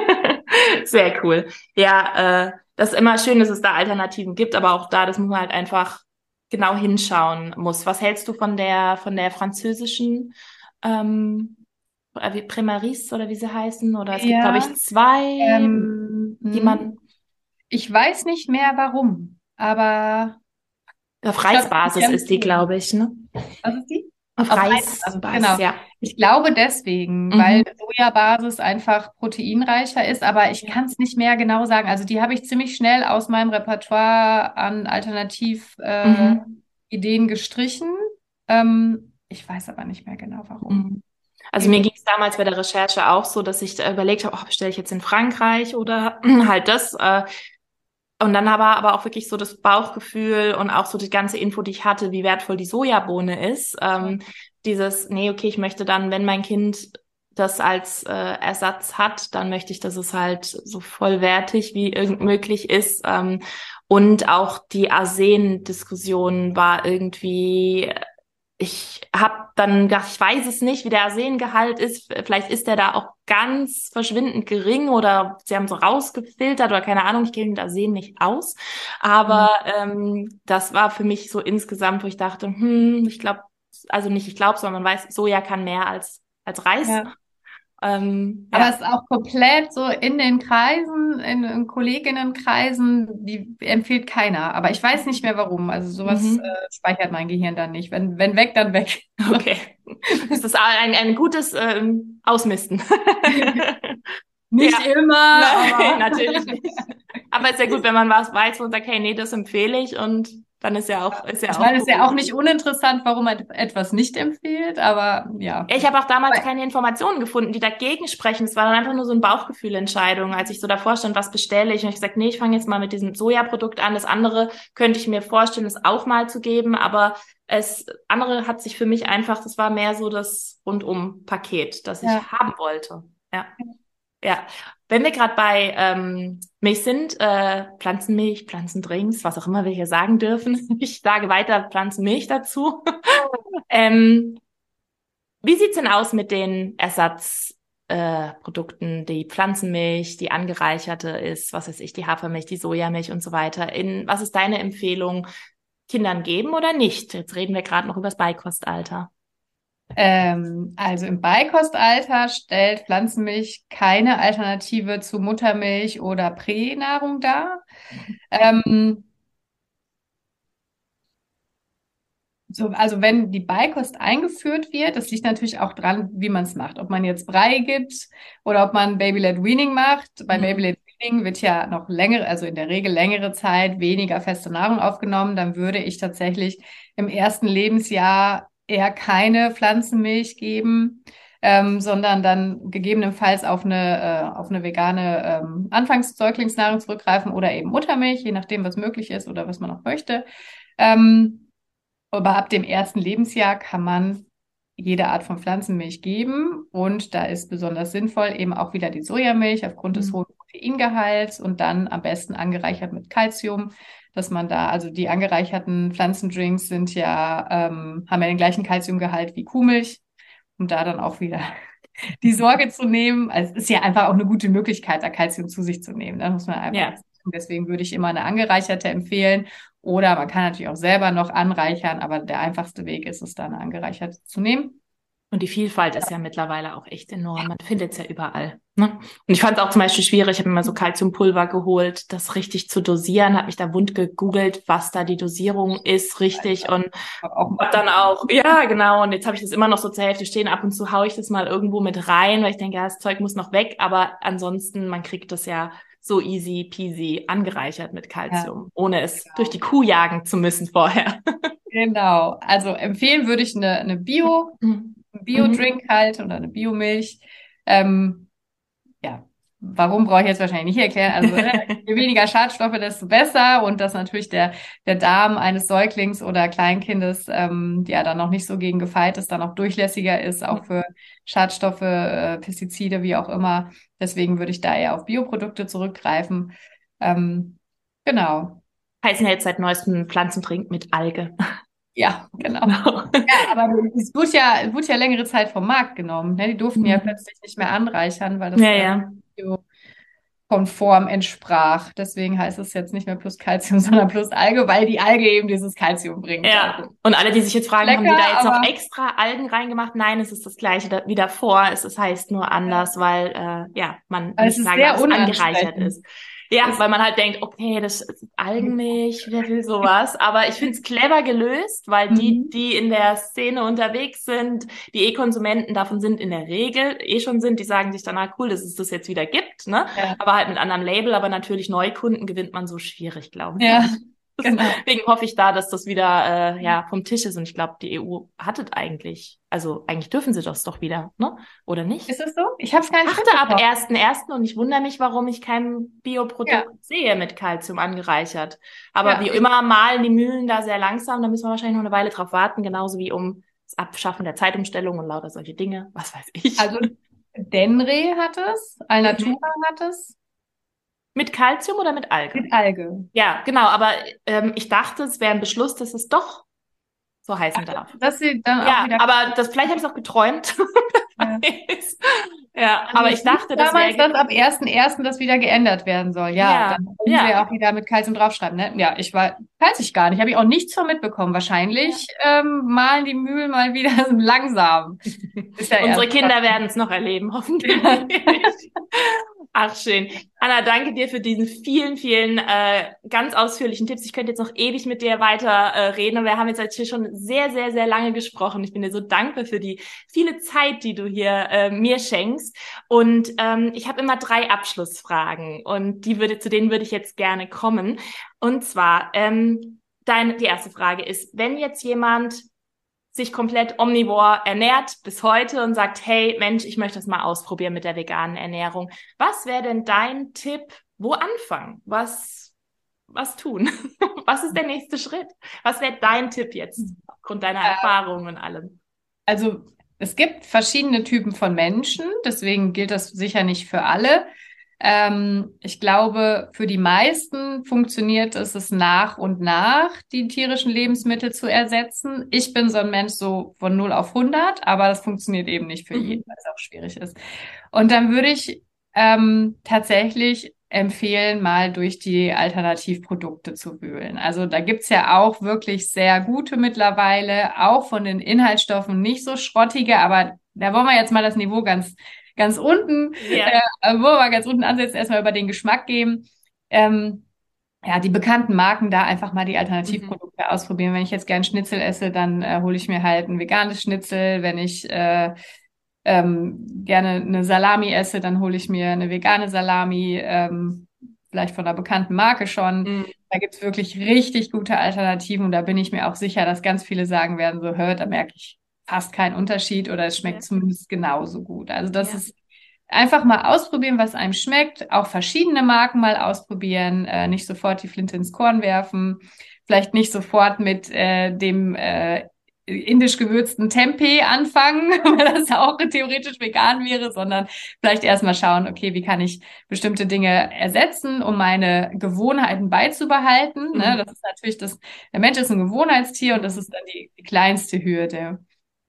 Sehr cool. Ja, äh, das ist immer schön, dass es da Alternativen gibt, aber auch da, das muss man halt einfach genau hinschauen muss. Was hältst du von der, von der französischen, ähm, äh, wie Primaris oder wie sie heißen? Oder es gibt, glaube Ja, ich, zwei, ähm, die hm, man ich weiß nicht mehr warum, aber auf ich glaube, ich Reisbasis kann ist die, empfehlen. glaube ich, ne? Was ist die? Auf Auf Reisbasis, Reisbasis, genau. ja. Ich glaube deswegen, weil Mhm. Sojabasis einfach proteinreicher ist, aber ich Ja. kann es nicht mehr genau sagen. Also die habe ich ziemlich schnell aus meinem Repertoire an Alternativ äh, Mhm. Ideen gestrichen. Ähm, ich weiß aber nicht mehr genau warum. Mhm. Also mir Irgendwie. ging es damals bei der Recherche auch so, dass ich da überlegt habe, oh, bestelle ich jetzt in Frankreich oder halt das. Äh, und dann aber aber auch wirklich so das Bauchgefühl und auch so die ganze Info, die ich hatte, wie wertvoll die Sojabohne ist. Ähm, dieses, nee, okay, ich möchte dann, wenn mein Kind das als äh, Ersatz hat, dann möchte ich, dass es halt so vollwertig wie irgend möglich ist. Ähm, und auch die Arsen-Diskussion war irgendwie, ich habe dann gedacht, ich weiß es nicht, wie der Arsengehalt ist. Vielleicht ist der da auch ganz verschwindend gering oder sie haben so rausgefiltert oder keine Ahnung, ich kenne mit Arsen nicht aus. Mhm. Aber ähm, das war für mich so insgesamt, wo ich dachte, hm, ich glaube, also nicht ich glaube, sondern man weiß, Soja kann mehr als, als Reis. Ja. Ähm, Aber es ja. ist auch komplett so in den Kreisen, in, in Kolleginnenkreisen, die empfiehlt keiner. Aber ich weiß nicht mehr warum. Also sowas äh, Mhm. speichert mein Gehirn dann nicht. Wenn, wenn weg, dann weg. Okay. Das ist ein, ein gutes ähm, Ausmisten. Ja, Nicht immer, nein, aber natürlich nicht. Aber ist ja gut, wenn man was weiß und sagt, hey, nee, das empfehle ich und dann ist ja auch, ist ja ich auch meine, es ist ja gut. auch nicht uninteressant, warum man etwas nicht empfiehlt, aber ja. Ja, ich habe auch damals Aber, keine Informationen gefunden, die dagegen sprechen. Es war dann einfach nur so eine Bauchgefühlentscheidung, als ich so davor stand, was bestelle ich. Und ich gesagt, nee, ich fange jetzt mal mit diesem Sojaprodukt an. Das andere könnte ich mir vorstellen, es auch mal zu geben, aber es andere hat sich für mich einfach, das war mehr so das Rundum-Paket, das ich ja. haben wollte. Ja. Ja, wenn wir gerade bei ähm, Milch sind, äh, Pflanzenmilch, Pflanzendrinks, was auch immer wir hier sagen dürfen. Ich sage weiter Pflanzenmilch dazu. ähm, Wie sieht's denn aus mit den Ersatzprodukten, äh, Produkten, die Pflanzenmilch, die angereicherte ist, was weiß ich, die Hafermilch, die Sojamilch und so weiter? In, was ist deine Empfehlung? Kindern geben oder nicht? Jetzt reden wir gerade noch über das Beikostalter. Ähm, also im Beikostalter stellt Pflanzenmilch keine Alternative zu Muttermilch oder Pränahrung dar. Ähm, So, also wenn die Beikost eingeführt wird, das liegt natürlich auch dran, wie man es macht. Ob man jetzt Brei gibt oder ob man Baby-led Weaning macht. Bei Mhm. Baby-led Weaning wird ja noch längere, also in der Regel längere Zeit weniger feste Nahrung aufgenommen. Dann würde ich tatsächlich im ersten Lebensjahr eher keine Pflanzenmilch geben, ähm, sondern dann gegebenenfalls auf eine, äh, auf eine vegane ähm, Anfangs-Säuglingsnahrung zurückgreifen oder eben Muttermilch, je nachdem, was möglich ist oder was man auch möchte. Ähm, aber ab dem ersten Lebensjahr kann man jede Art von Pflanzenmilch geben. Und da ist besonders sinnvoll eben auch wieder die Sojamilch aufgrund des Mhm. hohen Proteingehalts und dann am besten angereichert mit Calcium, dass man da, also die angereicherten Pflanzendrinks sind ja, ähm, haben ja den gleichen Calciumgehalt wie Kuhmilch, um da dann auch wieder die Sorge zu nehmen. Also es ist ja einfach auch eine gute Möglichkeit, da Calcium zu sich zu nehmen. Da muss man einfach Ja. sagen. Deswegen würde ich immer eine angereicherte empfehlen. Oder man kann natürlich auch selber noch anreichern, aber der einfachste Weg ist es, da eine angereicherte zu nehmen. Und die Vielfalt ist ja mittlerweile auch echt enorm. Man findet es ja überall. Ne? Und ich fand es auch zum Beispiel schwierig. Ich habe mir mal so Calciumpulver geholt, das richtig zu dosieren. Habe mich da wund gegoogelt, was da die Dosierung ist, richtig. Und Auch hab dann auch, ja, genau. Und jetzt habe ich das immer noch so zur Hälfte stehen. Ab und zu haue ich das mal irgendwo mit rein, weil ich denke, ja, das Zeug muss noch weg. Aber ansonsten, man kriegt das ja so easy peasy angereichert mit ja, Calcium, ohne es genau. durch die Kuh jagen zu müssen vorher. Genau. Also empfehlen würde ich eine, eine Bio, Mhm. einen Bio-Drink halt oder eine Biomilch. Ähm, ja, warum brauche ich jetzt wahrscheinlich nicht erklären. Also äh, je weniger Schadstoffe, desto besser. Und dass natürlich der, der Darm eines Säuglings oder Kleinkindes ähm, ja dann noch nicht so gegen gefeit ist, dann auch durchlässiger ist, auch für Schadstoffe, äh, Pestizide, wie auch immer. Deswegen würde ich da eher auf Bioprodukte zurückgreifen. Ähm, genau. Heißen ja jetzt seit neuestem Pflanzentrink mit Alge. Ja, genau. Genau. Ja, aber es wurde ja, es wurde ja längere Zeit vom Markt genommen. Ne? Die durften ja Mhm. plötzlich nicht mehr anreichern, weil das Ja, äh, ja. konform entsprach. Deswegen heißt es jetzt nicht mehr plus Calcium, sondern plus Alge, weil die Alge eben dieses Calcium bringt. Ja. Also Und alle, die sich jetzt fragen, haben die lecker, da jetzt noch aber extra Algen reingemacht? Nein, es ist das gleiche da, wie davor. Es, es heißt nur ja, anders, weil äh, ja man aber es nicht ist sagen darf, sehr dass es angereichert unansprechend. ist. Ja, Es, weil man halt denkt, okay, das ist Algenmilch, wer will sowas? Aber ich finde es clever gelöst, weil die, mhm. die in der Szene unterwegs sind, die E-Konsumenten davon sind in der Regel eh schon sind, die sagen sich dann, ah, cool, dass es das jetzt wieder gibt, ne? Ja, Aber halt mit anderem Label, aber natürlich Neukunden gewinnt man so schwierig, glaube ich. ja, genau. Deswegen hoffe ich da, dass das wieder äh, ja vom Tisch ist. Und ich glaube, die E U hattet eigentlich, also eigentlich dürfen sie das doch wieder, ne? Oder nicht? Ist es so? Ich habe es gar nicht Dachte ab mitbekommen. ersten ersten und ich wundere mich, warum ich kein Ja, Bioprodukt sehe mit Calcium angereichert. Aber ja. wie immer malen die Mühlen da sehr langsam, da müssen wir wahrscheinlich noch eine Weile drauf warten, genauso wie um das Abschaffen der Zeitumstellung und lauter solche Dinge, was weiß ich. Also Denre hat es, Mhm. Alnatura hat es, Mit Calcium oder mit Alge? mit Alge. Ja, genau, aber ähm, ich dachte, es wäre ein Beschluss, dass es doch so heißen darf. Dass sie dann auch Ja, wieder. aber das, vielleicht habe ich es auch geträumt. Ja. Ja, Also aber es ich hieß dachte, das damals, wäre, dass ab ersten ersten das wieder geändert werden soll. Ja, ja, dann können sie ja ja. auch wieder mit Calcium draufschreiben, ne? Ja, ich war, weiß ich gar nicht, habe ich auch nichts von mitbekommen. Ja. Wahrscheinlich ähm, malen die Mühlen mal wieder langsam. Ist ja Unsere erst. Kinder werden es noch erleben, hoffentlich. Ach, schön. Anna, danke dir für diesen vielen, vielen äh, ganz ausführlichen Tipps. Ich könnte jetzt noch ewig mit dir weiter äh, reden und wir haben jetzt hier schon sehr, sehr, sehr lange gesprochen. Ich bin dir so dankbar für die viele Zeit, die du hier äh, mir schenkst. Und ähm, ich habe immer drei Abschlussfragen und die würde, zu denen würde ich jetzt gerne kommen. Und zwar, ähm, dein, die erste Frage ist, wenn jetzt jemand sich komplett omnivor ernährt bis heute und sagt, hey Mensch, ich möchte das mal ausprobieren mit der veganen Ernährung. Was wäre denn dein Tipp? Wo anfangen? Was, was tun? Was ist der nächste Schritt? Was wäre dein Tipp jetzt aufgrund deiner Erfahrungen und allem? Also es gibt verschiedene Typen von Menschen, deswegen gilt das sicher nicht für alle. Ähm, ich glaube, für die meisten funktioniert es, es nach und nach, die tierischen Lebensmittel zu ersetzen. Ich bin so ein Mensch so von null auf hundert, aber das funktioniert eben nicht für Mhm. jeden, weil es auch schwierig ist. Und dann würde ich ähm, tatsächlich empfehlen, mal durch die Alternativprodukte zu wühlen. Also da gibt's ja auch wirklich sehr gute mittlerweile, auch von den Inhaltsstoffen nicht so schrottige, aber da wollen wir jetzt mal das Niveau ganz, ganz unten, Ja. äh, wollen wir mal ganz unten ansetzen, erstmal über den Geschmack geben. Ähm, ja, die bekannten Marken da einfach mal die Mhm. Alternativprodukte ausprobieren. Wenn ich jetzt gern Schnitzel esse, dann äh, hole ich mir halt ein veganes Schnitzel. Wenn ich äh, ähm, gerne eine Salami esse, dann hole ich mir eine vegane Salami, ähm, vielleicht von einer bekannten Marke schon. Mhm. Da gibt's wirklich richtig gute Alternativen und da bin ich mir auch sicher, dass ganz viele sagen werden, so, hört, da merke ich fast keinen Unterschied oder es schmeckt Ja. zumindest genauso gut. Also das Ja. ist einfach mal ausprobieren, was einem schmeckt, auch verschiedene Marken mal ausprobieren, äh, nicht sofort die Flinte ins Korn werfen, vielleicht nicht sofort mit äh, dem äh, indisch gewürzten Tempeh anfangen, weil das auch theoretisch vegan wäre, sondern vielleicht erstmal schauen, okay, wie kann ich bestimmte Dinge ersetzen, um meine Gewohnheiten beizubehalten. Ne? Mhm. Das ist natürlich das, der Mensch ist ein Gewohnheitstier und das Mhm. ist dann die, die kleinste Hürde.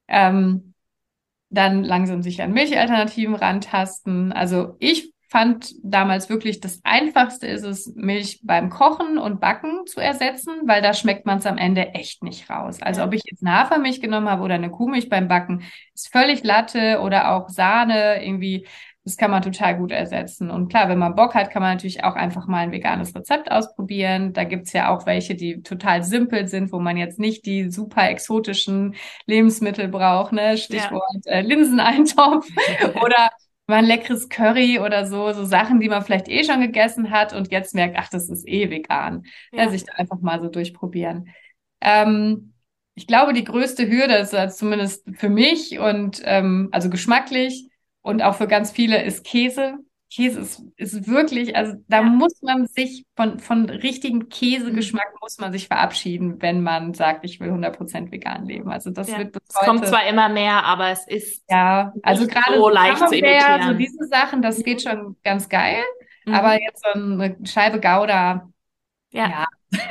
Ähm, Dann langsam sich an Milchalternativen rantasten. Also ich fand damals wirklich, das Einfachste ist es, Milch beim Kochen und Backen zu ersetzen, weil da schmeckt man es am Ende echt nicht raus. Also Ja. ob ich jetzt eine Hafermilch genommen habe oder eine Kuhmilch beim Backen, ist völlig Latte oder auch Sahne irgendwie. Das kann man total gut ersetzen. Und klar, wenn man Bock hat, kann man natürlich auch einfach mal ein veganes Rezept ausprobieren. Da gibt's ja auch welche, die total simpel sind, wo man jetzt nicht die super exotischen Lebensmittel braucht, ne? Ja. Stichwort äh, Linseneintopf oder mal ein leckeres Curry oder so, so Sachen, die man vielleicht eh schon gegessen hat und jetzt merkt, ach, das ist eh vegan. Ja, Ja. sich da einfach mal so durchprobieren. Ähm, Ich glaube, die größte Hürde ist also zumindest für mich und ähm, also geschmacklich und auch für ganz viele ist Käse. Käse ist, ist wirklich, also da Ja. muss man sich von, von richtigem Mhm. Käsegeschmack muss man sich verabschieden, wenn man sagt, ich will hundert Prozent vegan leben. Also das Ja. wird bis Es kommt heute, zwar immer mehr, aber es ist ja, also nicht gerade so so leicht zu Camembert, so imitieren. diese Sachen, das geht Mhm. schon ganz geil. Aber Mhm. jetzt so eine Scheibe Gouda, Ja. ja,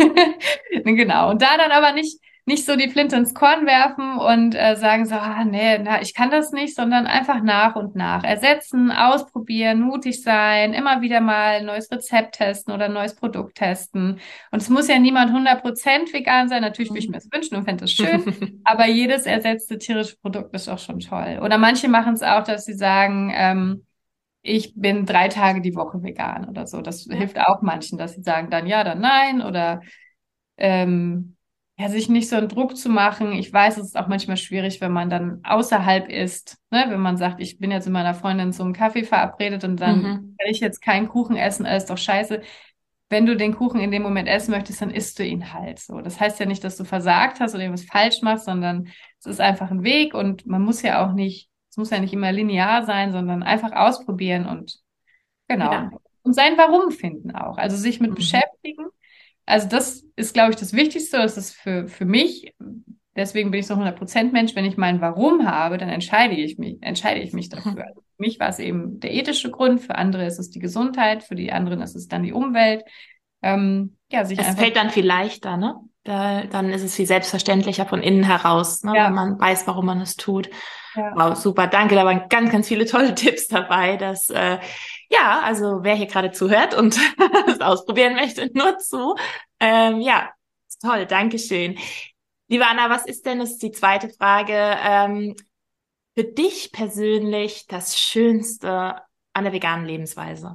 genau. Und da dann aber nicht, nicht so die Flinte ins Korn werfen und äh, sagen so, ah, nee, na, ich kann das nicht, sondern einfach nach und nach ersetzen, ausprobieren, mutig sein, immer wieder mal ein neues Rezept testen oder ein neues Produkt testen. Und es muss ja niemand hundert Prozent vegan sein. Natürlich würde ich Mhm. mir das wünschen und fände es schön. Aber jedes ersetzte tierische Produkt ist auch schon toll. Oder manche machen es auch, dass sie sagen, ähm, ich bin drei Tage die Woche vegan oder so. Das Ja. hilft auch manchen, dass sie sagen dann ja, dann nein oder ähm, ja, sich nicht so einen Druck zu machen. Ich weiß, es ist auch manchmal schwierig, wenn man dann außerhalb ist, ne? Wenn man sagt, ich bin jetzt mit meiner Freundin zum Kaffee verabredet und dann Mhm. kann ich jetzt keinen Kuchen essen, alles ist doch scheiße. Wenn du den Kuchen in dem Moment essen möchtest, dann isst du ihn halt so. Das heißt ja nicht, dass du versagt hast oder irgendwas falsch machst, sondern es ist einfach ein Weg und man muss ja auch nicht, es muss ja nicht immer linear sein, sondern einfach ausprobieren und genau. Ja. Und sein Warum finden auch. Also sich mit Mhm. beschäftigen. Also das ist, glaube ich, das Wichtigste. Das ist für, für mich. Deswegen bin ich so hundert Prozent Mensch. Wenn ich mein Warum habe, dann entscheide ich mich, entscheide ich mich dafür. Mhm. Also für mich war es eben der ethische Grund. Für andere ist es die Gesundheit. Für die anderen ist es dann die Umwelt. Ähm, ja, sich Es einfach, fällt dann viel leichter, ne? Da, dann ist es viel selbstverständlicher von innen heraus, ne? Wenn ja, man weiß, warum man es tut. ja. Wow, super, danke. Da waren ganz, ganz viele tolle Tipps dabei. Dass, äh, ja, also wer hier gerade zuhört und es ausprobieren möchte, nur zu. Ähm, ja, toll, Dankeschön. Liebe Anna, was ist denn, das ist die zweite Frage, ähm, für dich persönlich das Schönste an der veganen Lebensweise?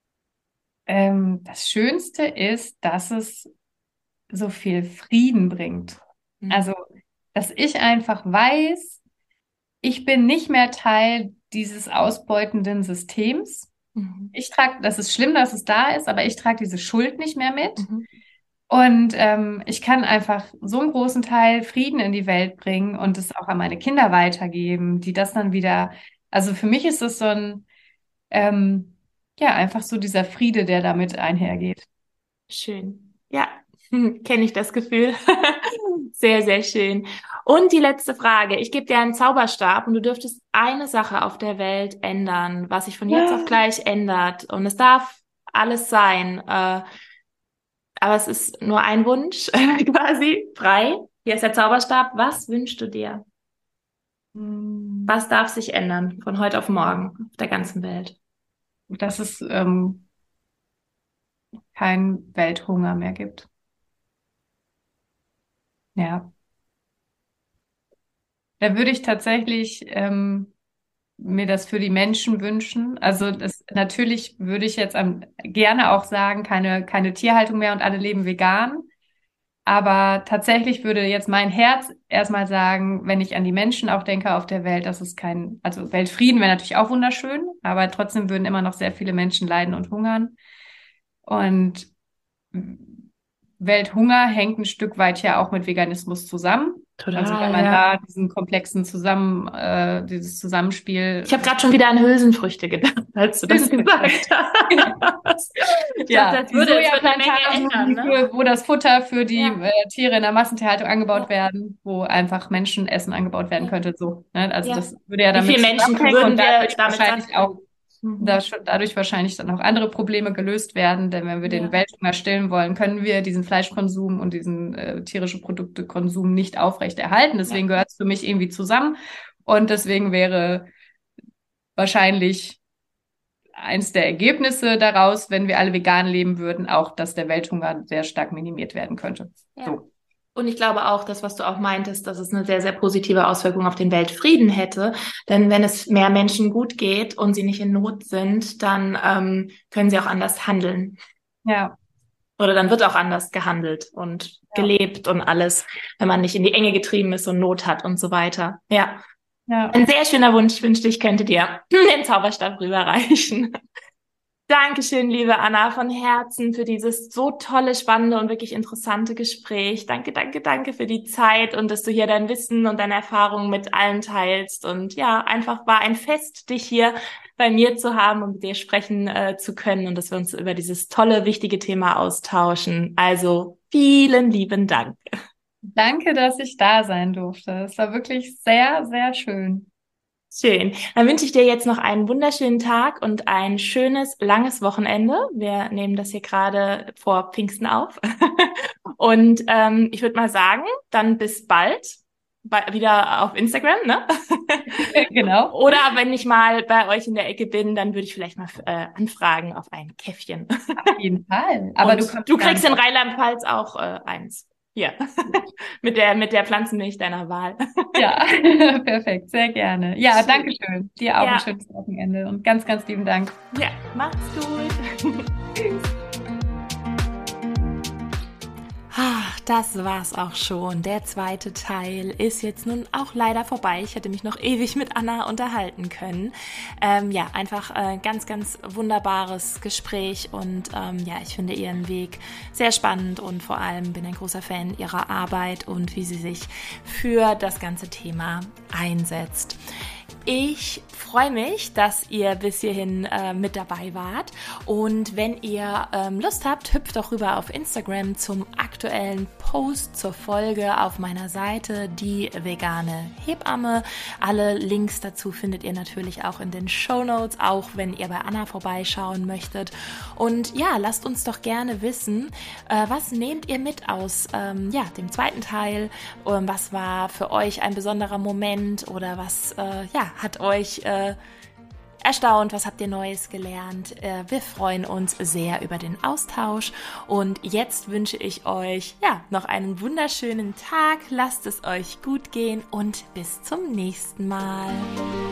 Ähm, das Schönste ist, dass es so viel Frieden bringt. Mhm. Also, dass ich einfach weiß, ich bin nicht mehr Teil dieses ausbeutenden Systems. Mhm. Ich trage, das ist schlimm, dass es da ist, aber ich trage diese Schuld nicht mehr mit. Mhm. Und ähm, ich kann einfach so einen großen Teil Frieden in die Welt bringen und es auch an meine Kinder weitergeben, die das dann wieder, also für mich ist das so ein, ähm, ja, einfach so dieser Friede, der damit einhergeht. Schön. Ja, kenne ich das Gefühl. Sehr, sehr schön. Und die letzte Frage. Ich gebe dir einen Zauberstab und du dürftest eine Sache auf der Welt ändern, was sich von jetzt auf gleich ändert. Und es darf alles sein. Äh, aber es ist nur ein Wunsch, quasi frei. Hier ist der Zauberstab. Was wünschst du dir? Hm, Was darf sich ändern von heute auf morgen auf der ganzen Welt? dass es ähm, keinen Welthunger mehr gibt. Ja, da würde ich tatsächlich ähm, mir das für die Menschen wünschen. Also das, natürlich würde ich jetzt am, gerne auch sagen, keine, keine Tierhaltung mehr und alle leben vegan. Aber tatsächlich würde jetzt mein Herz erstmal sagen, wenn ich an die Menschen auch denke auf der Welt, dass es kein, also Weltfrieden wäre natürlich auch wunderschön, aber trotzdem würden immer noch sehr viele Menschen leiden und hungern. Und Welthunger hängt ein Stück weit ja auch mit Veganismus zusammen. Total, also wenn man ja. da diesen komplexen Zusammen, äh, dieses Zusammenspiel. Ich habe gerade schon wieder an Hülsenfrüchte gedacht, als du das gesagt hast. Ja, dachte, das würde, das würde eine Menge Sojaplantagen, ändern, ne? für, wo das Futter für die Ja. äh, Tiere in der Massentierhaltung angebaut Ja. werden, wo einfach Menschenessen angebaut werden Ja. könnte. So, ne? Also Ja. das würde ja Wie damit viele Menschen zusammenhängen würden und wir dadurch damit wahrscheinlich satt auch Mhm. da, dadurch wahrscheinlich dann auch andere Probleme gelöst werden. Denn wenn wir Ja. den Welthunger stillen wollen, können wir diesen Fleischkonsum und diesen äh, tierische Produktekonsum nicht aufrechterhalten. Deswegen Ja. gehört es für mich irgendwie zusammen. Und deswegen wäre wahrscheinlich eins der Ergebnisse daraus, wenn wir alle vegan leben würden, auch, dass der Welthunger sehr stark minimiert werden könnte. Ja. So. Und ich glaube auch, das, was du auch meintest, dass es eine sehr, sehr positive Auswirkung auf den Weltfrieden hätte. Denn wenn es mehr Menschen gut geht und sie nicht in Not sind, dann ähm, können sie auch anders handeln. Ja. Oder dann wird auch anders gehandelt und Ja. gelebt und alles, wenn man nicht in die Enge getrieben ist und Not hat und so weiter. Ja. Ja. Ein sehr schöner Wunsch. Ich wünschte, ich könnte dir den Zauberstab rüberreichen. Dankeschön, liebe Anna, von Herzen für dieses so tolle, spannende und wirklich interessante Gespräch. Danke, danke, danke für die Zeit und dass du hier dein Wissen und deine Erfahrungen mit allen teilst. Und ja, einfach war ein Fest, dich hier bei mir zu haben und mit dir sprechen äh, zu können und dass wir uns über dieses tolle, wichtige Thema austauschen. Also vielen lieben Dank. Danke, dass ich da sein durfte. Es war wirklich sehr, sehr schön. Schön. Dann wünsche ich dir jetzt noch einen wunderschönen Tag und ein schönes, langes Wochenende. Wir nehmen das hier gerade vor Pfingsten auf. Und ähm, ich würde mal sagen, dann bis bald. Bei, wieder auf Instagram, ne? Genau. Oder wenn ich mal bei euch in der Ecke bin, dann würde ich vielleicht mal äh, anfragen auf ein Käffchen. Auf jeden Fall. Aber und du, kommst du kriegst dann in Rheinland-Pfalz auch äh, eins. Ja, mit der, mit der Pflanzenmilch deiner Wahl. Ja, perfekt, sehr gerne. Ja, Schön. danke schön. Dir auch Ja. ein schönes Wochenende und ganz, ganz lieben Dank. Ja, macht's gut. Tschüss. Ach, das war's auch schon. Der zweite Teil ist jetzt nun auch leider vorbei. Ich hätte mich noch ewig mit Anna unterhalten können. Ähm, ja, einfach äh, ganz, ganz wunderbares Gespräch und ähm, ja, ich finde ihren Weg sehr spannend und vor allem bin ein großer Fan ihrer Arbeit und wie sie sich für das ganze Thema einsetzt. Ich freue mich, dass ihr bis hierhin äh, mit dabei wart und wenn ihr ähm, Lust habt, hüpft doch rüber auf Instagram zum aktuellen Post zur Folge auf meiner Seite, die vegane Hebamme. Alle Links dazu findet ihr natürlich auch in den Shownotes, auch wenn ihr bei Anna vorbeischauen möchtet. Und ja, lasst uns doch gerne wissen, äh, was nehmt ihr mit aus ähm, ja, dem zweiten Teil? Ähm, was war für euch ein besonderer Moment oder was äh, ja, hat euch äh, erstaunt, was habt ihr Neues gelernt? Äh, wir freuen uns sehr über den Austausch und jetzt wünsche ich euch ja noch einen wunderschönen Tag, lasst es euch gut gehen und bis zum nächsten Mal.